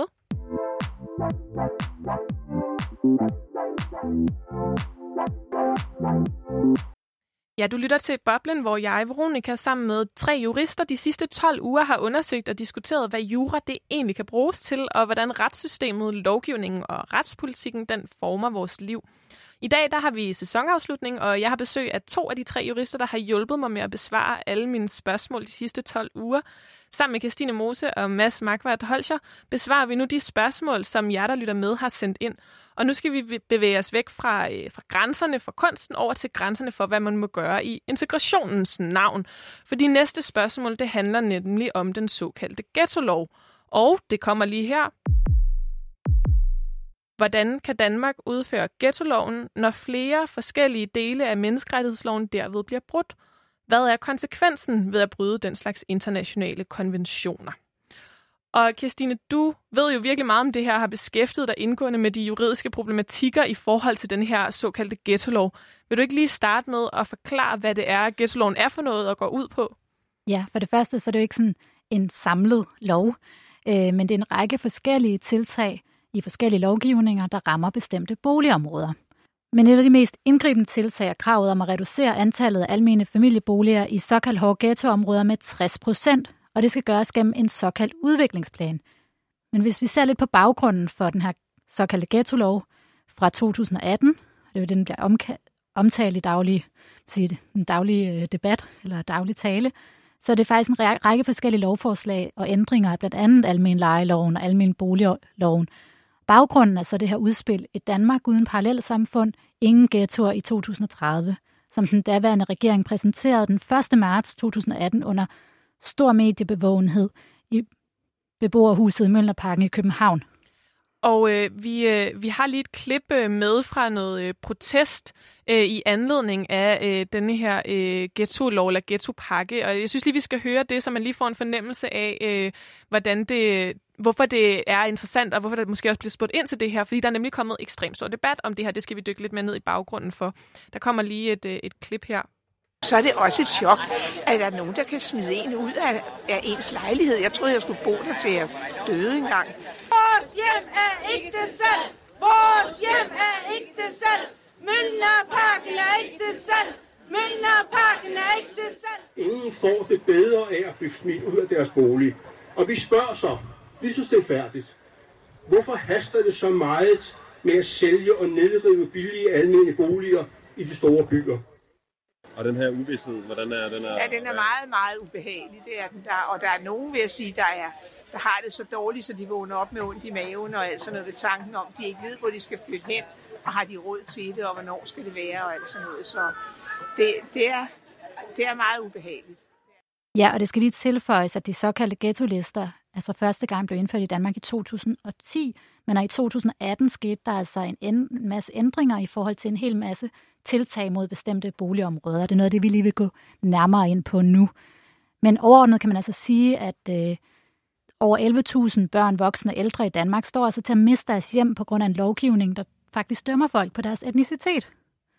Ja, du lytter til Boblen, hvor jeg, Veronica, sammen med tre jurister de sidste tolv uger har undersøgt og diskuteret, hvad jura det egentlig kan bruges til, og hvordan retssystemet, lovgivningen og retspolitikken den former vores liv. I dag der har vi sæsonafslutning, og jeg har besøg af to af de tre jurister, der har hjulpet mig med at besvare alle mine spørgsmål de sidste tolv uger. Sammen med Kirstine Mose og Mads Markvart Holscher besvarer vi nu de spørgsmål, som jer, der lytter med, har sendt ind. Og nu skal vi bevæge os væk fra, øh, fra grænserne for kunsten over til grænserne for, hvad man må gøre i integrationens navn. For de næste spørgsmål, det handler nemlig om den såkaldte ghettolov. Og det kommer lige her. Hvordan kan Danmark udføre ghettoloven, når flere forskellige dele af menneskerettighedsloven derved bliver brudt? Hvad er konsekvensen ved at bryde den slags internationale konventioner? Og Kirstine, du ved jo virkelig meget om det her, har beskæftiget dig indgående med de juridiske problematikker i forhold til den her såkaldte ghettolov. Vil du ikke lige starte med at forklare, hvad det er, ghettoloven er for noget og går ud på? Ja, for det første så er det jo ikke sådan en samlet lov, øh, men det er en række forskellige tiltag i forskellige lovgivninger, der rammer bestemte boligområder. Men et af de mest indgribende tiltag er kravet om at reducere antallet af almene familieboliger i såkaldt hårde ghettoområder med tres procent, og det skal gøres gennem en såkaldt udviklingsplan. Men hvis vi ser lidt på baggrunden for den her såkaldte ghettolov fra to tusind og atten, det er jo den, der omka- omtalt i daglig, sige, en daglig debat eller daglig tale, så er det faktisk en række forskellige lovforslag og ændringer af blandt andet almen lejeloven og almen boligloven. Baggrunden er så det her udspil Et Danmark uden parallelsamfund, ingen ghettoer i to tusind og tredive, som den daværende regering præsenterede den første marts to tusind og atten under stor mediebevågenhed i beboerhuset i Mjølnerparken i København. Og øh, vi, øh, vi har lige et klip øh, med fra noget øh, protest øh, i anledning af øh, denne her øh, ghetto-lov eller ghetto-pakke. Og jeg synes lige, vi skal høre det, så man lige får en fornemmelse af, øh, hvordan det, hvorfor det er interessant, og hvorfor der måske også bliver spurgt ind til det her. Fordi der er nemlig kommet ekstremt stor debat om det her. Det skal vi dykke lidt mere ned i baggrunden for. Der kommer lige et, øh, et klip her. Så er det også et chok, at der er nogen, der kan smide en ud af, af ens lejlighed. Jeg troede, jeg skulle bo der til jeg døde engang. Vores hjem er ikke til salg! Vores hjem er ikke til salg! Mjølnerparken er ikke til salg! Mjølnerparken er ikke til salg! Ingen får det bedre af at blive smidt ud af deres bolig. Og vi spørger så, lige så stilfærdigt, hvorfor haster det så meget med at sælge og nedrive billige almene boliger i de store byer? Og den her uvidsthed, hvordan er den? Er, ja, den er meget, meget ubehagelig. Det er den der. Og der er nogen, vil jeg sige, der, er, der har det så dårligt, så de vågner op med ondt i maven og alt sådan noget ved tanken om, de ikke ved, hvor de skal flytte hen, og har de råd til det, og hvornår skal det være, og alt sådan noget. Så det, det, er, det er meget ubehageligt. Ja, og det skal lige tilføjes, at de såkaldte ghettolister Altså første gang blev indført i Danmark i to tusind og ti, men i to tusind og atten skete der altså en, en masse ændringer i forhold til en hel masse tiltag mod bestemte boligområder. Det er noget af det, vi lige vil gå nærmere ind på nu. Men overordnet kan man altså sige, at øh, over elleve tusind børn, voksne og ældre i Danmark står altså til at miste deres hjem på grund af en lovgivning, der faktisk dømmer folk på deres etnicitet.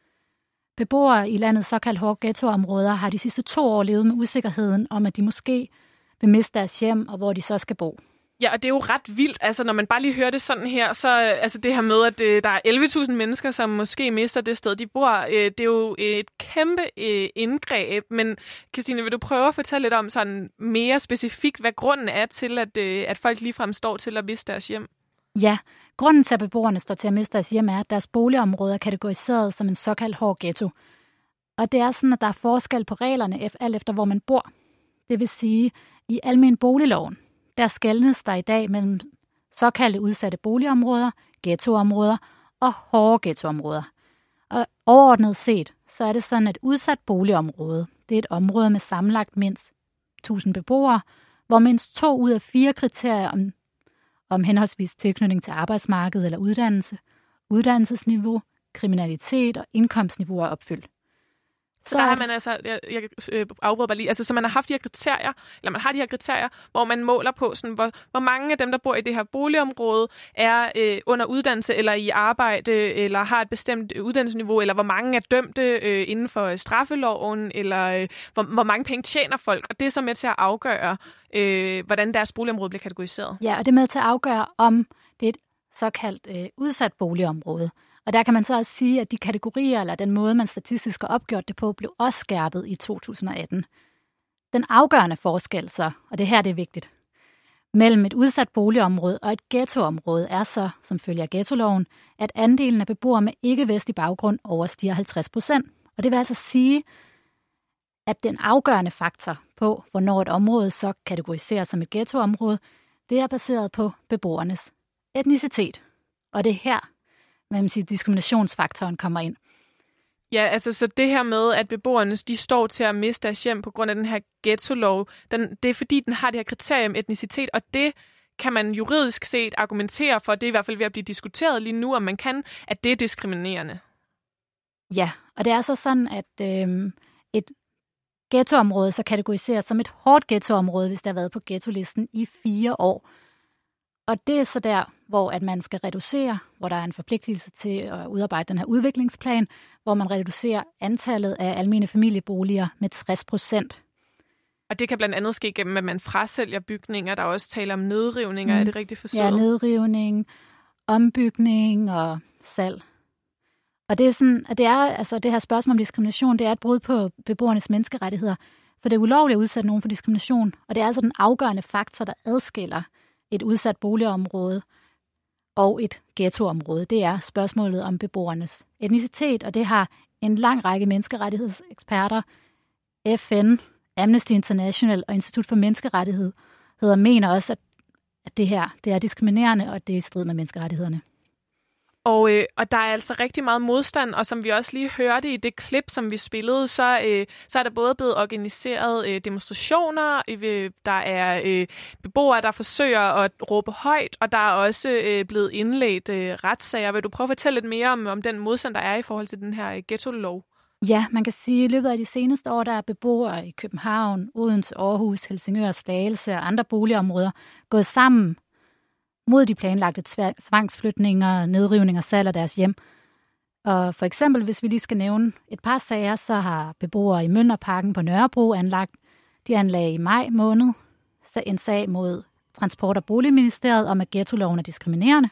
Beboere i landets såkaldt hårde ghettoområder har de sidste to år levet med usikkerheden om, at de måske vil miste deres hjem, og hvor de så skal bo. Ja, og det er jo ret vildt, altså når man bare lige hører det sådan her, så altså det her med, at øh, der er elleve tusind mennesker, som måske mister det sted, de bor, øh, det er jo et kæmpe øh, indgreb, men Christine, vil du prøve at fortælle lidt om sådan mere specifikt, hvad grunden er til, at, øh, at folk ligefrem står til at miste deres hjem? Ja, grunden til, at beboerne står til at miste deres hjem, er, at deres boligområde er kategoriseret som en såkaldt hård ghetto. Og det er sådan, at der er forskel på reglerne, alt efter hvor man bor. Det vil sige, i almen boligloven, der skelnes der i dag mellem såkaldte udsatte boligområder, ghettoområder og hårde ghettoområder. Og overordnet set, så er det sådan, at udsat boligområde, det er et område med sammenlagt mindst tusind beboere, hvor mindst to ud af fire kriterier om, om henholdsvis tilknytning til arbejdsmarkedet eller uddannelse, uddannelsesniveau, kriminalitet og indkomstniveau er opfyldt. Så, så der har man altså, jeg, jeg øh, afbryder bare lige, altså så man har haft de her kriterier, eller man har de her kriterier, hvor man måler på, sådan, hvor, hvor mange af dem, der bor i det her boligområde, er øh, under uddannelse eller i arbejde, eller har et bestemt uddannelsesniveau, eller hvor mange er dømte øh, inden for straffeloven, eller øh, hvor, hvor mange penge tjener folk, og det er så med til at afgøre, øh, hvordan deres boligområde bliver kategoriseret. Ja, og det er med til at afgøre, om det er et såkaldt øh, udsat boligområde. Og der kan man så også sige, at de kategorier, eller den måde, man statistisk har opgjort det på, blev også skærpet i to tusind og atten. Den afgørende forskel så, og det her det er vigtigt, mellem et udsat boligområde og et ghettoområde er så, som følger af ghettoloven, at andelen af beboere med ikke-vestlig baggrund overstiger halvtreds procent. Og det vil altså sige, at den afgørende faktor på, hvornår et område så kategoriseres som et ghettoområde, det er baseret på beboernes etnicitet. Og det er her, hvad man siger, diskriminationsfaktoren kommer ind. Ja, altså så det her med, at beboerne de står til at miste deres hjem på grund af den her ghetto-lov, den, det er fordi, den har det her kriterium etnicitet, og det kan man juridisk set argumentere for, det er i hvert fald ved at blive diskuteret lige nu, om man kan, at det er diskriminerende. Ja, og det er så sådan, at øh, et ghettoområde så kategoriseres som et hårdt ghettoområde, hvis det har været på ghettolisten i fire år. Og det er så der, hvor at man skal reducere, hvor der er en forpligtelse til at udarbejde den her udviklingsplan, hvor man reducerer antallet af almene familieboliger med tres procent. Og det kan blandt andet ske gennem, at man frasælger bygninger. Der er også tale om nedrivninger, mm. er det rigtigt forstået? Ja, nedrivning, ombygning og salg. Og det er sådan, at det er altså det her spørgsmål om diskrimination, det er et brud på beboernes menneskerettigheder, for det er ulovligt at udsætte nogen for diskrimination, og det er altså den afgørende faktor, der adskiller et udsat boligområde og et ghettoområde. Det er spørgsmålet om beboernes etnicitet, og det har en lang række menneskerettighedseksperter, F N, Amnesty International og Institut for Menneskerettigheder mener også, at det her det er diskriminerende, og at det er i strid med menneskerettighederne. Og, øh, og der er altså rigtig meget modstand, og som vi også lige hørte i det klip, som vi spillede, så, øh, så er der både blevet organiseret øh, demonstrationer, øh, der er øh, beboere, der forsøger at råbe højt, og der er også øh, blevet indledt øh, retssager. Vil du prøve at fortælle lidt mere om, om den modstand, der er i forhold til den her øh, ghetto-lov? Ja, man kan sige, at i løbet af de seneste år, der er beboere i København, Odense, Aarhus, Helsingør, Slagelse og andre boligområder gået sammen mod de planlagte tvangsflytninger, nedrivninger og salg af deres hjem. Og for eksempel, hvis vi lige skal nævne et par sager, så har beboere i Mjølnerparken på Nørrebro anlagt, de anlagde i maj måned en sag mod Transport- og Boligministeriet om, at ghettoloven er diskriminerende.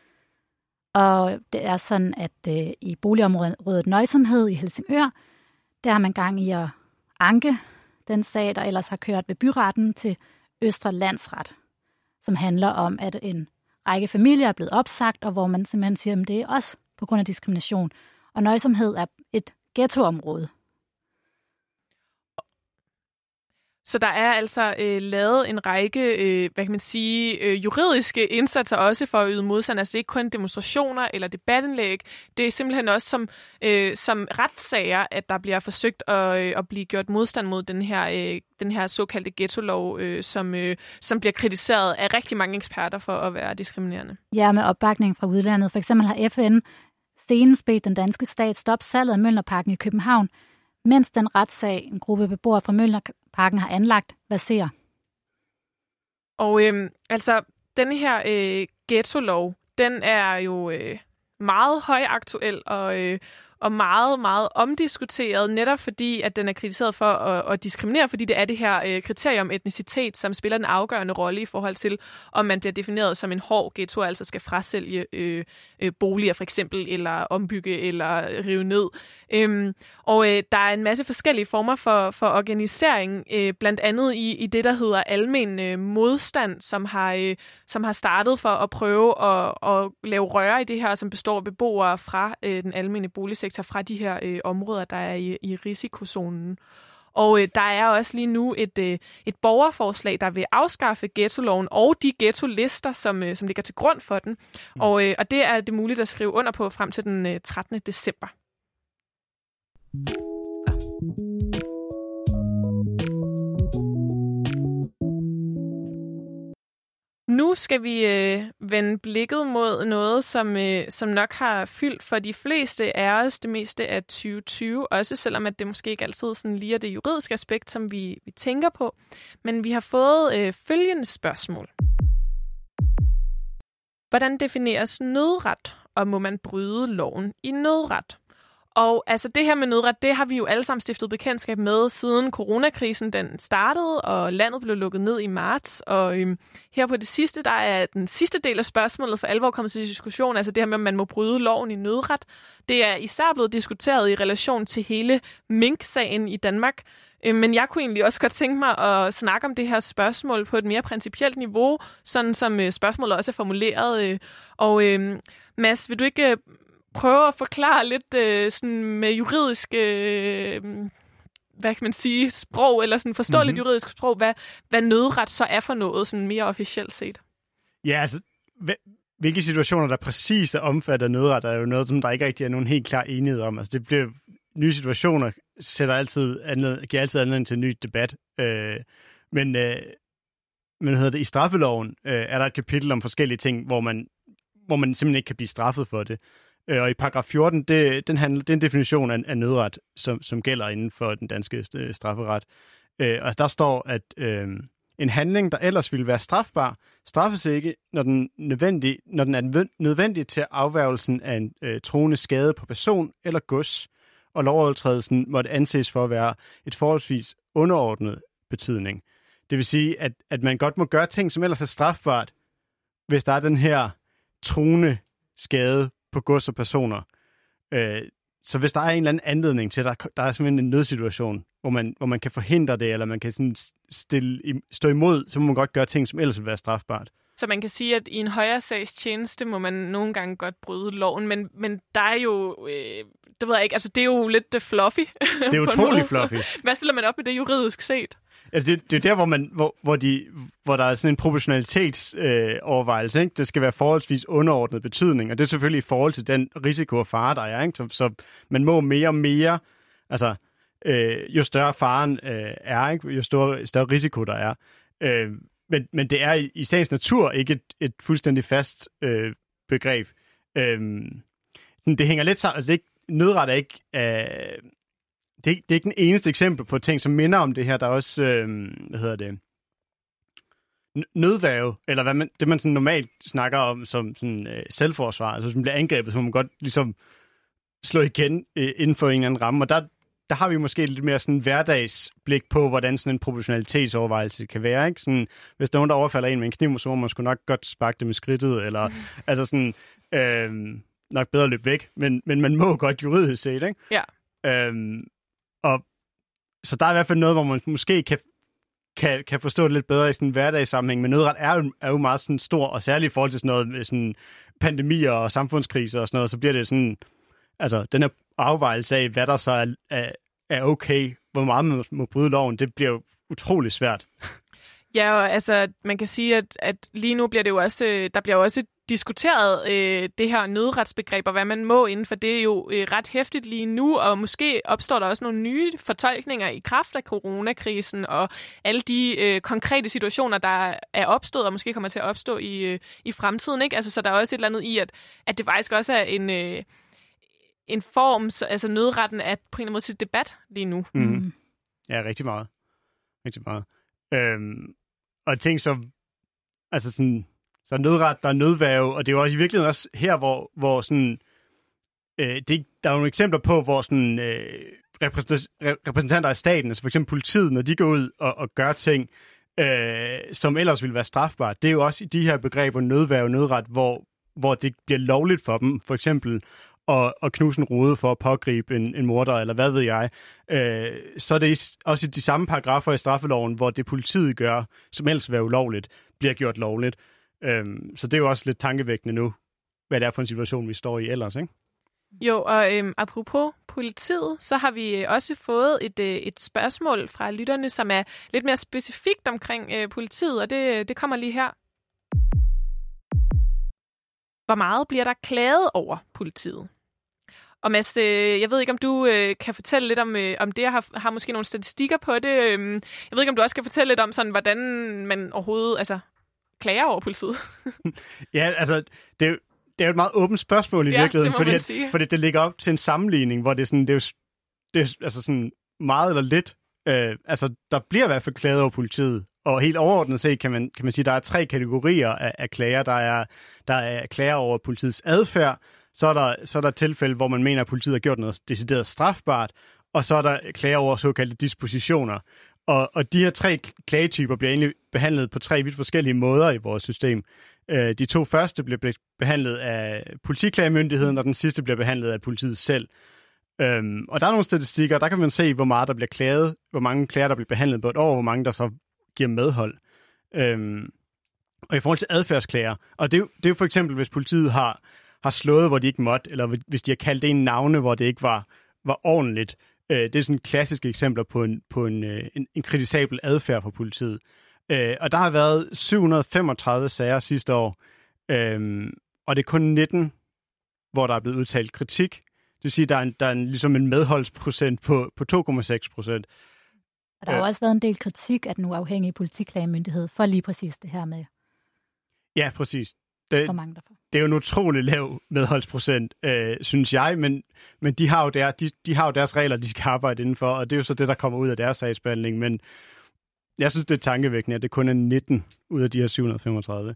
Og det er sådan, at øh, i boligområdet Nøjsomhed i Helsingør, der har man gang i at anke den sag, der ellers har kørt ved byretten til Østre Landsret, som handler om, at en række familier er blevet opsagt, og hvor man simpelthen siger, at det er også på grund af diskrimination. Og Nøjsomhed er et ghettoområde. Så der er altså øh, lavet en række, øh, hvad kan man sige, øh, juridiske indsatser også for at yde modstand. Altså det er ikke kun demonstrationer eller debatindlæg. Det er simpelthen også som, øh, som retssager, at der bliver forsøgt at, øh, at blive gjort modstand mod den her, øh, den her såkaldte ghetto-lov, øh, som, øh, som bliver kritiseret af rigtig mange eksperter for at være diskriminerende. Ja, med opbakning fra udlandet. For eksempel har F N senest bedt den danske stat stoppe salget af Mjølnerparken i København, mens den retssag, en gruppe beboere fra Mjølnerparken har anlagt, verserer. Og øh, altså, den her øh, ghetto-lov, den er jo øh, meget højaktuel og, øh, og meget, meget omdiskuteret, netop fordi, at den er kritiseret for at, at diskriminere, fordi det er det her øh, kriterium etnicitet, som spiller en afgørende rolle i forhold til, om man bliver defineret som en hård ghetto, altså skal frasælge øh, øh, boliger for eksempel, eller ombygge, eller rive ned. Øhm, og øh, der er en masse forskellige former for, for organisering, øh, blandt andet i, i det, der hedder almen øh, modstand, som har, øh, som har startet for at prøve at, at lave røre i det her, som består af beboere fra øh, den almene boligsektor, fra de her øh, områder, der er i, i risikozonen. Og øh, der er også lige nu et, øh, et borgerforslag, der vil afskaffe ghettoloven og de ghettolister, som, øh, som ligger til grund for den. Mm. Og, øh, og det er det muligt at skrive under på frem til den øh, trettende december. Nu skal vi øh, vende blikket mod noget, som, øh, som nok har fyldt for de fleste af os det meste af tyve tyve, også selvom at det måske ikke altid sådan lige er det juridiske aspekt, som vi, vi tænker på. Men vi har fået øh, følgende spørgsmål. Hvordan defineres nødret, og må man bryde loven i nødret? Og altså det her med nødret, det har vi jo alle sammen stiftet bekendtskab med, siden coronakrisen den startede, og landet blev lukket ned i marts. Og øhm, her på det sidste, der er den sidste del af spørgsmålet for alvor kommet til diskussion, altså det her med, om man må bryde loven i nødret. Det er især blevet diskuteret i relation til hele Mink-sagen i Danmark. Øhm, men jeg kunne egentlig også godt tænke mig at snakke om det her spørgsmål på et mere principielt niveau, sådan som øh, spørgsmålet også er formuleret. Øh, og øh, Mads, vil du ikke... Øh, prøve at forklare lidt øh, sådan med juridisk, øh, hvad kan man sige, sprog, eller sådan forståeligt mm-hmm. juridisk sprog, hvad, hvad nødret så er for noget, sådan mere officielt set. Ja, altså, hvilke situationer, der præcis er omfattet af nødret, er jo noget, som der ikke rigtig er nogen helt klar enighed om. Altså, det bliver nye situationer, sætter altid anled, giver altid anledning til en ny debat. Øh, men, øh, men hedder det, i straffeloven øh, er der et kapitel om forskellige ting, hvor man, hvor man simpelthen ikke kan blive straffet for det. Og i paragraf fjorten, det, den handler, det er en definition af, af nødret, som, som gælder inden for den danske strafferet. Øh, og der står, at øh, en handling, der ellers ville være strafbar, straffes ikke, når den, nødvendig, når den er nødvendig til afværgelsen af en øh, truende skade på person eller gods, og lovovertrædelsen måtte anses for at være et forholdsvis underordnet betydning. Det vil sige, at, at man godt må gøre ting, som ellers er strafbart, hvis der er den her truende skade på gods og personer. Øh, så hvis der er en eller anden anledning til, at der, der er simpelthen en nødsituation, hvor man, hvor man kan forhindre det, eller man kan sådan stille, stå imod, så må man godt gøre ting, som ellers vil være strafbart. Så man kan sige, at i en højere sags tjeneste må man nogle gange godt bryde loven, men, men der er jo, øh, det ved jeg ikke, altså det er jo lidt uh, fluffy. Det er utroligt fluffy. Hvad stiller man op i det juridisk set? Altså det, det er der, hvor, man, hvor, hvor, de, hvor der er sådan en proportionalitetsovervejelse. Øh, ikke? Det skal være forholdsvis underordnet betydning, og det er selvfølgelig i forhold til den risiko og fare, der er. Ikke? Så, så man må mere og mere, altså øh, jo større faren øh, er, ikke? Jo større, større risiko der er. Øh, men, men det er i, i sagens natur ikke et, et fuldstændig fast øh, begreb. Øh, det hænger lidt sammen. Altså det er ikke, nødret er ikke... Øh, Det, det er ikke den eneste eksempel på ting, som minder om det her. Der er også, øh, hvad hedder det, nødværge, eller hvad man, det man sådan normalt snakker om som sådan, øh, selvforsvar. Altså hvis man bliver angrebet, så må man godt ligesom slå igen øh, inden for en eller anden ramme. Og der, der har vi måske lidt mere sådan hverdagsblik på, hvordan sådan en proportionalitetsovervejelse kan være. Ikke? Sådan, hvis der er nogen, der overfalder en med en kniv, så må man sgu nok godt sparke det med skridtet, eller mm. altså sådan, øh, nok bedre løbe væk. Men, men man må godt juridisk set, ikke? Ja. Øhm, og så der er i hvert fald noget, hvor man måske kan, kan, kan forstå det lidt bedre i sådan en hverdagssammenhæng, men nødret er jo, er jo meget sådan stor, og særligt i forhold til sådan noget med sådan pandemier og samfundskriser og sådan noget, så bliver det sådan, altså den her afvejelse af, hvad der så er, er, er okay hvor meget man må bryde loven, det bliver jo utrolig svært. Ja, og altså, man kan sige, at, at lige nu bliver det jo også, der bliver jo også diskuteret øh, det her nødretsbegreb, og hvad man må inden for det er jo øh, ret hæftigt lige nu, og måske opstår der også nogle nye fortolkninger i kraft af coronakrisen, og alle de øh, konkrete situationer, der er opstået, og måske kommer til at opstå i, øh, i fremtiden, ikke? Altså, så der er også et eller andet i, at, at det faktisk også er en, øh, en form, så, altså nødretten er på en eller anden måde til debat lige nu. Mm. Ja, rigtig meget. Rigtig meget. Øhm, og ting som, altså sådan, der er nødret, der er nødværge, og det er jo også i virkeligheden også her, hvor, hvor sådan, øh, det, der er nogle eksempler på, hvor sådan, øh, repræsentanter af staten, altså for eksempel politiet, når de går ud og, og gør ting, øh, som ellers ville være strafbart, det er jo også i de her begreber nødværge og nødret, hvor, hvor det bliver lovligt for dem, for eksempel at, at knuse en rude for at pågribe en, en morder, eller hvad ved jeg, øh, så er det også de samme paragrafer i straffeloven, hvor det politiet gør, som ellers vil være ulovligt, bliver gjort lovligt. Øhm, så det er jo også lidt tankevækkende nu, hvad det er for en situation, vi står i ellers, ikke? Jo, og øhm, apropos politiet, så har vi også fået et, øh, et spørgsmål fra lytterne, som er lidt mere specifikt omkring øh, politiet, og det, det kommer lige her. Hvor meget bliver der klaget over politiet? Og Mads, øh, jeg ved ikke, om du øh, kan fortælle lidt om, øh, om det. Jeg har, har måske nogle statistikker på det. Øh, jeg ved ikke, om du også kan fortælle lidt om, sådan, hvordan man overhovedet altså, klager over politiet. Ja, altså, det er, jo, det er jo et meget åbent spørgsmål i ja, virkeligheden, det fordi, at, fordi det ligger op til en sammenligning, hvor det er, sådan, det er, jo, det er altså sådan meget eller lidt. Øh, altså, der bliver i hvert fald klaget over politiet. Og helt overordnet set kan man, kan man sige, at der er tre kategorier af, af klager. Der er, der er klager over politiets adfærd, så er, der, så er der tilfælde, hvor man mener, at politiet har gjort noget decideret strafbart, og så er der klager over såkaldte dispositioner. Og, og de her tre klagetyper bliver egentlig behandlet på tre vidt forskellige måder i vores system. Øh, de to første bliver behandlet af politiklagemyndigheden, og den sidste bliver behandlet af politiet selv. Øhm, og der er nogle statistikker, der kan man se, hvor meget der bliver klaget, hvor mange klager, der bliver behandlet på et år, hvor mange der så giver medhold. Øhm, og i forhold til adfærdsklager, og det er, jo, det er jo for eksempel, hvis politiet har, har slået, hvor de ikke måtte, eller hvis de har kaldt en navne, hvor det ikke var, var ordentligt. Øh, det er sådan klassiske eksempler på en, på en, en, en kritisabel adfærd fra politiet. Øh, og der har været syv hundrede og femogtredive sager sidste år, øh, og det er kun nitten, hvor der er blevet udtalt kritik. Det vil sige, at der er, en, der er en, ligesom en medholdsprocent på, på to komma seks procent. Og der har øh, også været en del kritik af den uafhængige politiklagemyndighed for lige præcis det her med. Ja, præcis. Det, hvor mange der får. Det er jo en utrolig lav medholdsprocent, øh, synes jeg, men, men de, har jo der, de, de har jo deres regler, de skal arbejde indenfor, og det er jo så det, der kommer ud af deres sagsbehandling. Men jeg synes, det er tankevækkende, at det kun er nitten ud af de her syv hundrede og femogtredive.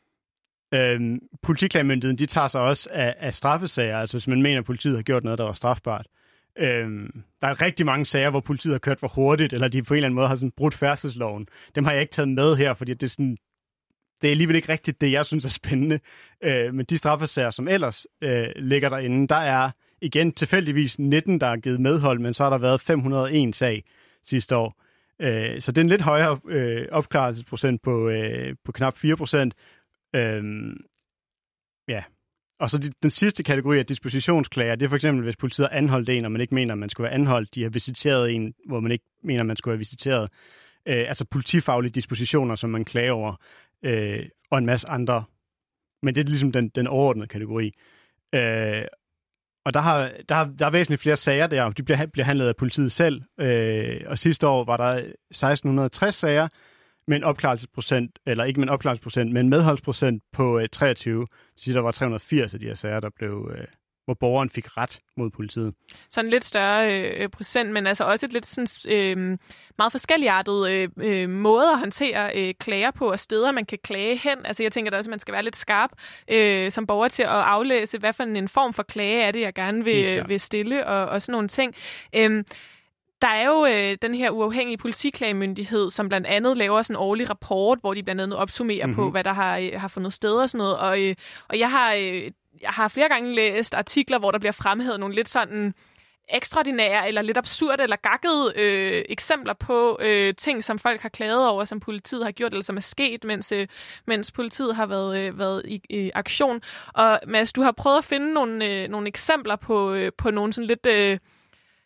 Øhm, politiklagemyndigheden, de tager sig også af, af straffesager, altså hvis man mener, at politiet har gjort noget, der var strafbart. Øhm, der er rigtig mange sager, hvor politiet har kørt for hurtigt, eller de på en eller anden måde har sådan brudt færdselsloven. Dem har jeg ikke taget med her, fordi det er, sådan, det er alligevel ikke rigtigt det, jeg synes er spændende. Øh, men de straffesager, som ellers øh, ligger derinde, der er igen tilfældigvis nitten, der er givet medhold, men så har der været fem hundrede og en sag sidste år. Øh, så det er en lidt højere øh, opklarelsesprocent på, øh, på knap fire procent. Øhm, ja. Og så de, den sidste kategori af dispositionsklager, det er for eksempel, hvis politiet har anholdt en, og man ikke mener, at man skulle være anholdt. De har visiteret en, hvor man ikke mener, at man skulle have visiteret. Øh, altså politifaglige dispositioner, som man klager over, øh, og en masse andre. Men det er ligesom den, den overordnede kategori. Øh, og der, har, der, har, der er væsentligt flere sager der, de bliver, bliver handlet af politiet selv. Øh, og sidste år var der seksten tres sager, med en opklarelsesprocent, eller ikke med en opklarelsesprocent, men en medholdsprocent på øh, treogtyve. Så der var tre hundrede og firs af de her sager, der blev, øh, hvor borgeren fik ret mod politiet. Så en lidt større øh, procent, men altså også et lidt sådan, øh, meget forskelligartet øh, øh, måde at håndtere øh, klager på, og steder, man kan klage hen. Altså jeg tænker da også, at man skal være lidt skarp øh, som borger til at aflæse, hvad for en form for klage er det, jeg gerne vil, vil stille, og, og sådan nogle ting. Øh, Der er jo øh, den her uafhængige politiklagemyndighed, som blandt andet laver sådan en årlig rapport, hvor de blandt andet opsummerer mm-hmm. på, hvad der har, øh, har fundet sted og sådan noget. Og, øh, og jeg, har, øh, jeg har flere gange læst artikler, hvor der bliver fremhævet nogle lidt sådan ekstraordinære eller lidt absurde eller gakkede øh, eksempler på øh, ting, som folk har klaget over, som politiet har gjort, eller som er sket, mens, øh, mens politiet har været, øh, været i, i aktion. Og Mads, du har prøvet at finde nogle, øh, nogle eksempler på, øh, på nogle sådan lidt... Øh, ja,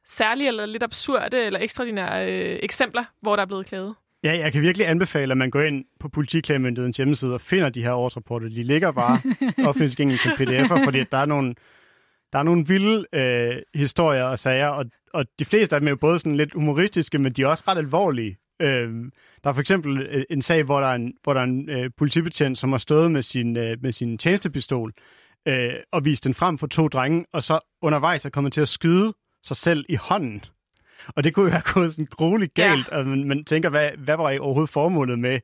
særlige eller lidt absurde eller ekstraordinære øh, eksempler, hvor der er blevet klaget? Ja, jeg kan virkelig anbefale, at man går ind på Politiklagemyndighedens hjemmeside og finder de her årsrapporter. De ligger bare offentligt tilgængelige til P D F'er, fordi der er nogle, der er nogle vilde øh, historier og sager, og, og de fleste af dem er jo både sådan lidt humoristiske, men de er også ret alvorlige. Øh, der er for eksempel en sag, hvor der er en, hvor der er en øh, politibetjent, som har stået med sin, øh, med sin tjenestepistol øh, og vist den frem for to drenge, og så undervejs er kommet til at skyde sig selv i hånden. Og det kunne jo have gået sådan grueligt galt, ja. Og man, man tænker, hvad, hvad var overhovedet formålet med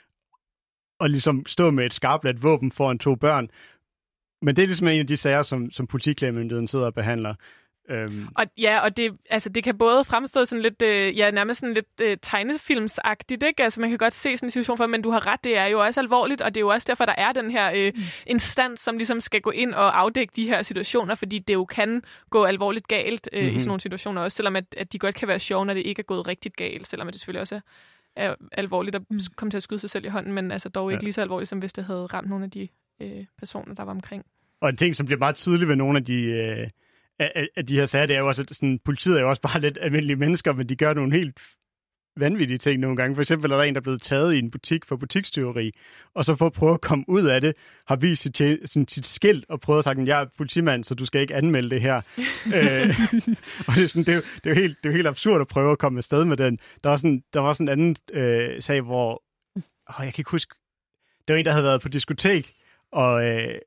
at ligesom stå med et skarpladt våben foran to børn? Men det er ligesom en af de sager, som, som Politiklagemyndigheden sidder og behandler. Øhm. Og ja, og det, altså, det kan både fremstå sådan lidt, øh, ja, nærmest sådan lidt øh, tegnefilmsagtigt, ikke? Altså, man kan godt se sådan en situation for, men du har ret, det er jo også alvorligt, og det er jo også derfor, der er den her øh, mm. instans, som ligesom skal gå ind og afdække de her situationer, fordi det jo kan gå alvorligt galt øh, mm-hmm. i sådan nogle situationer, også selvom at, at de godt kan være sjove, når det ikke er gået rigtigt galt, selvom det selvfølgelig også er, er alvorligt at mm. komme til at skyde sig selv i hånden, men altså dog ikke ja. lige så alvorligt, som hvis det havde ramt nogle af de øh, personer, der var omkring. Og en ting, som bliver meget tydelig ved nogle af de... Øh Af, af de her sager, det er jo også sådan, politiet er jo også bare lidt almindelige mennesker, men de gør nogle helt vanvittige ting nogle gange. For eksempel er der en, der er blevet taget i en butik for butikstyveri, og så for at prøve at komme ud af det, har vist sit, sit, sit skilt og prøvet at sige, jeg er politimand, så du skal ikke anmelde det her. øh, og det er, sådan, det, er jo, det, er jo helt, det er jo helt absurd at prøve at komme afsted med den. Der var sådan, der var sådan en anden øh, sag, hvor, åh, jeg kan ikke huske, det var en, der havde været på diskotek, og, øh,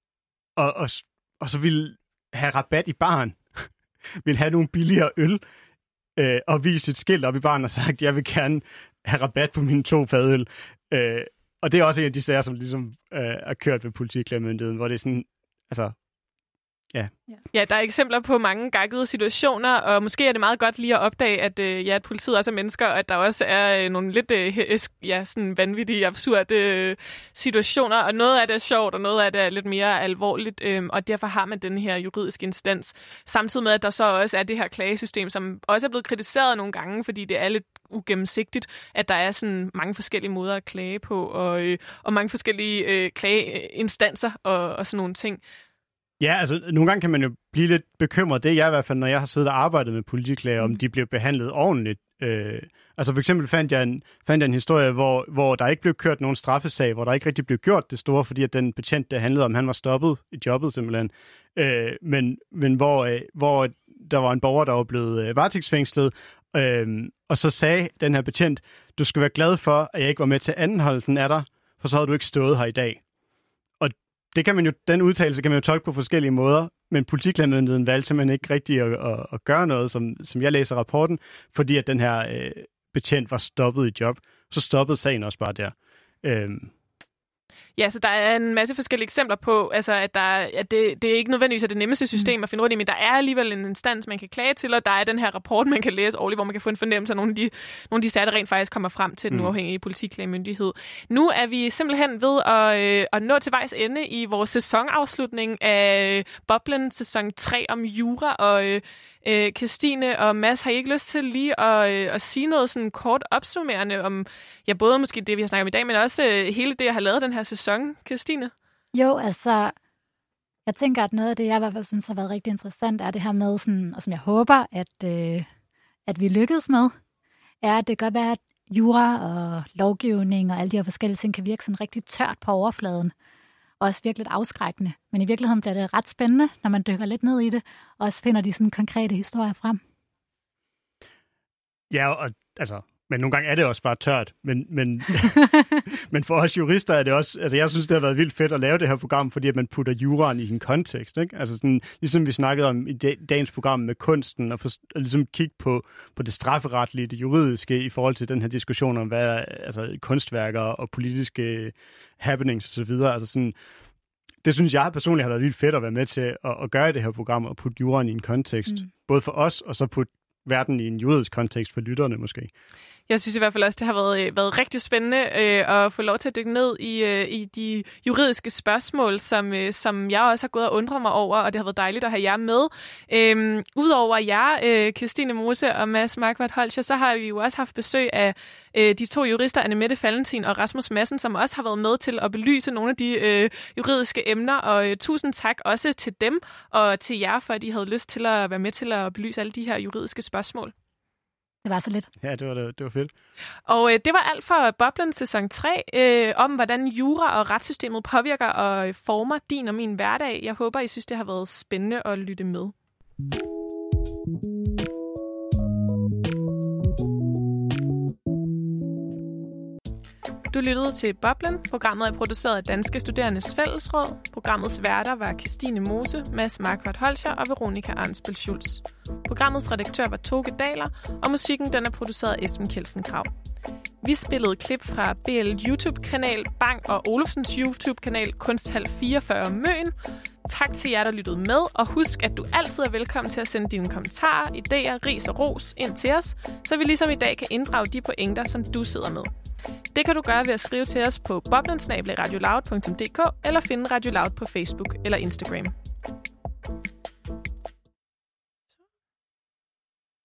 og, og, og så ville have rabat i baren, vil have nogle billigere øl, øh, og vise et skilt op i baren og sagt, jeg vil gerne have rabat på mine to fadøl. Øh, og det er også en af de sager, som ligesom øh, er kørt ved Politiklagemyndigheden, hvor det er sådan, altså, ja. Ja, der er eksempler på mange gakkede situationer, og måske er det meget godt lige at opdage, at, øh, ja, at politiet også er mennesker, og at der også er øh, nogle lidt øh, ja, sådan vanvittige, absurde øh, situationer, og noget af det er sjovt, og noget af det er lidt mere alvorligt, øh, og derfor har man den her juridiske instans. Samtidig med, at der så også er det her klagesystem, som også er blevet kritiseret nogle gange, fordi det er lidt ugennemsigtigt, at der er sådan mange forskellige måder at klage på, og, øh, og mange forskellige øh, klageinstanser og, og sådan nogle ting. Ja, altså nogle gange kan man jo blive lidt bekymret. Det er jeg i hvert fald, når jeg har siddet og arbejdet med politiklager, om de bliver behandlet ordentligt. Øh, altså for eksempel fandt jeg en, fandt jeg en historie, hvor, hvor der ikke blev kørt nogen straffesag, hvor der ikke rigtig blev gjort det store, fordi at den betjent, der handlede om, han var stoppet i jobbet simpelthen. Øh, men men hvor, øh, hvor der var en borger, der var blevet øh, varetægtsfængslet, øh, og så sagde den her betjent, du skal være glad for, at jeg ikke var med til anholdelsen af dig, for så havde du ikke stået her i dag. Det kan man jo, den udtalelse kan man jo tolke på forskellige måder, men Politiklagemyndigheden valgte simpelthen ikke rigtig at, at, at gøre noget, som, som jeg læser rapporten, fordi at den her øh, betjent var stoppet i job. Så stoppede sagen også bare der. Øhm. Ja, så der er en masse forskellige eksempler på, altså, at, der, at det, det er ikke nødvendigvis er det nemmeste system mm. at finde rundt i, men der er alligevel en instans, man kan klage til, og der er den her rapport, man kan læse årligt, hvor man kan få en fornemmelse af nogle af de, nogle af de sager, der rent faktisk kommer frem til den mm. uafhængige Politiklagemyndighed. Nu er vi simpelthen ved at, øh, at nå til vejs ende i vores sæsonafslutning af Boblen sæson tre om jura, og øh, øh, Kirstine og Mads, har I ikke lyst til lige at, øh, at sige noget sådan kort opsummerende om, ja, både måske det, vi har snakket om i dag, men også øh, hele det, jeg har lavet den her sæson, Kirstine? Jo, altså, jeg tænker, at noget af det, jeg i hvert fald synes har været rigtig interessant, er det her med, sådan, og som jeg håber, at, øh, at vi lykkedes med, er, at det kan være, at jura og lovgivning og alle de her forskellige ting kan virke sådan rigtig tørt på overfladen, og også virkelig afskrækkende. Men i virkeligheden bliver det ret spændende, når man dykker lidt ned i det, og også finder de sådan konkrete historier frem. Ja, og altså, men nogle gange er det også bare tørt. Men, men, men for os jurister er det også, altså jeg synes, det har været vildt fedt at lave det her program, fordi at man putter juraen i en kontekst, ikke? Altså sådan, ligesom vi snakkede om i dagens program med kunsten, og, for, og ligesom kigge på, på det strafferetlige, det juridiske, i forhold til den her diskussion om, hvad er, altså kunstværker og politiske happenings og så videre. Altså sådan, det synes jeg personligt har været vildt fedt at være med til at, at gøre i det her program, og putte juraen i en kontekst. Mm. Både for os, og så putte verden i en juridisk kontekst for lytterne måske. Jeg synes i hvert fald også, det har været, været rigtig spændende øh, at få lov til at dykke ned i, øh, i de juridiske spørgsmål, som, øh, som jeg også har gået og undret mig over, og det har været dejligt at have jer med. Øh, Udover jer, øh, Kirstine Mose og Mads Markvart Holscher, så har vi jo også haft besøg af øh, de to jurister, Annemette Valentin og Rasmus Madsen, som også har været med til at belyse nogle af de øh, juridiske emner, og øh, tusind tak også til dem og til jer, for at I havde lyst til at være med til at belyse alle de her juridiske spørgsmål. Det var så lidt. Ja, det var, det var fedt. Og øh, det var alt for Boblen sæson tre, øh, om hvordan jura og retssystemet påvirker og former din og min hverdag. Jeg håber, I synes, det har været spændende at lytte med. Du lyttede til Boblen. Programmet er produceret af Danske Studerendes Fællesråd. Programmets værter var Kirstine Mose, Mads Markvart Holscher og Veronica Arnsbøl Schulz. Programmets redaktør var Toge Daler, og musikken den er produceret af Esben Kjeldsen Krag. Vi spillede klip fra B L YouTube-kanal, Bang og Olufsens YouTube-kanal Kunsthal fireogfyrre Møn. Tak til jer, der lyttede med, og husk, at du altid er velkommen til at sende dine kommentarer, idéer, ris og ros ind til os, så vi ligesom i dag kan inddrage de pointer, som du sidder med. Det kan du gøre ved at skrive til os på boblen snabel-a radioloud punktum d k eller finde Radio Loud på Facebook eller Instagram.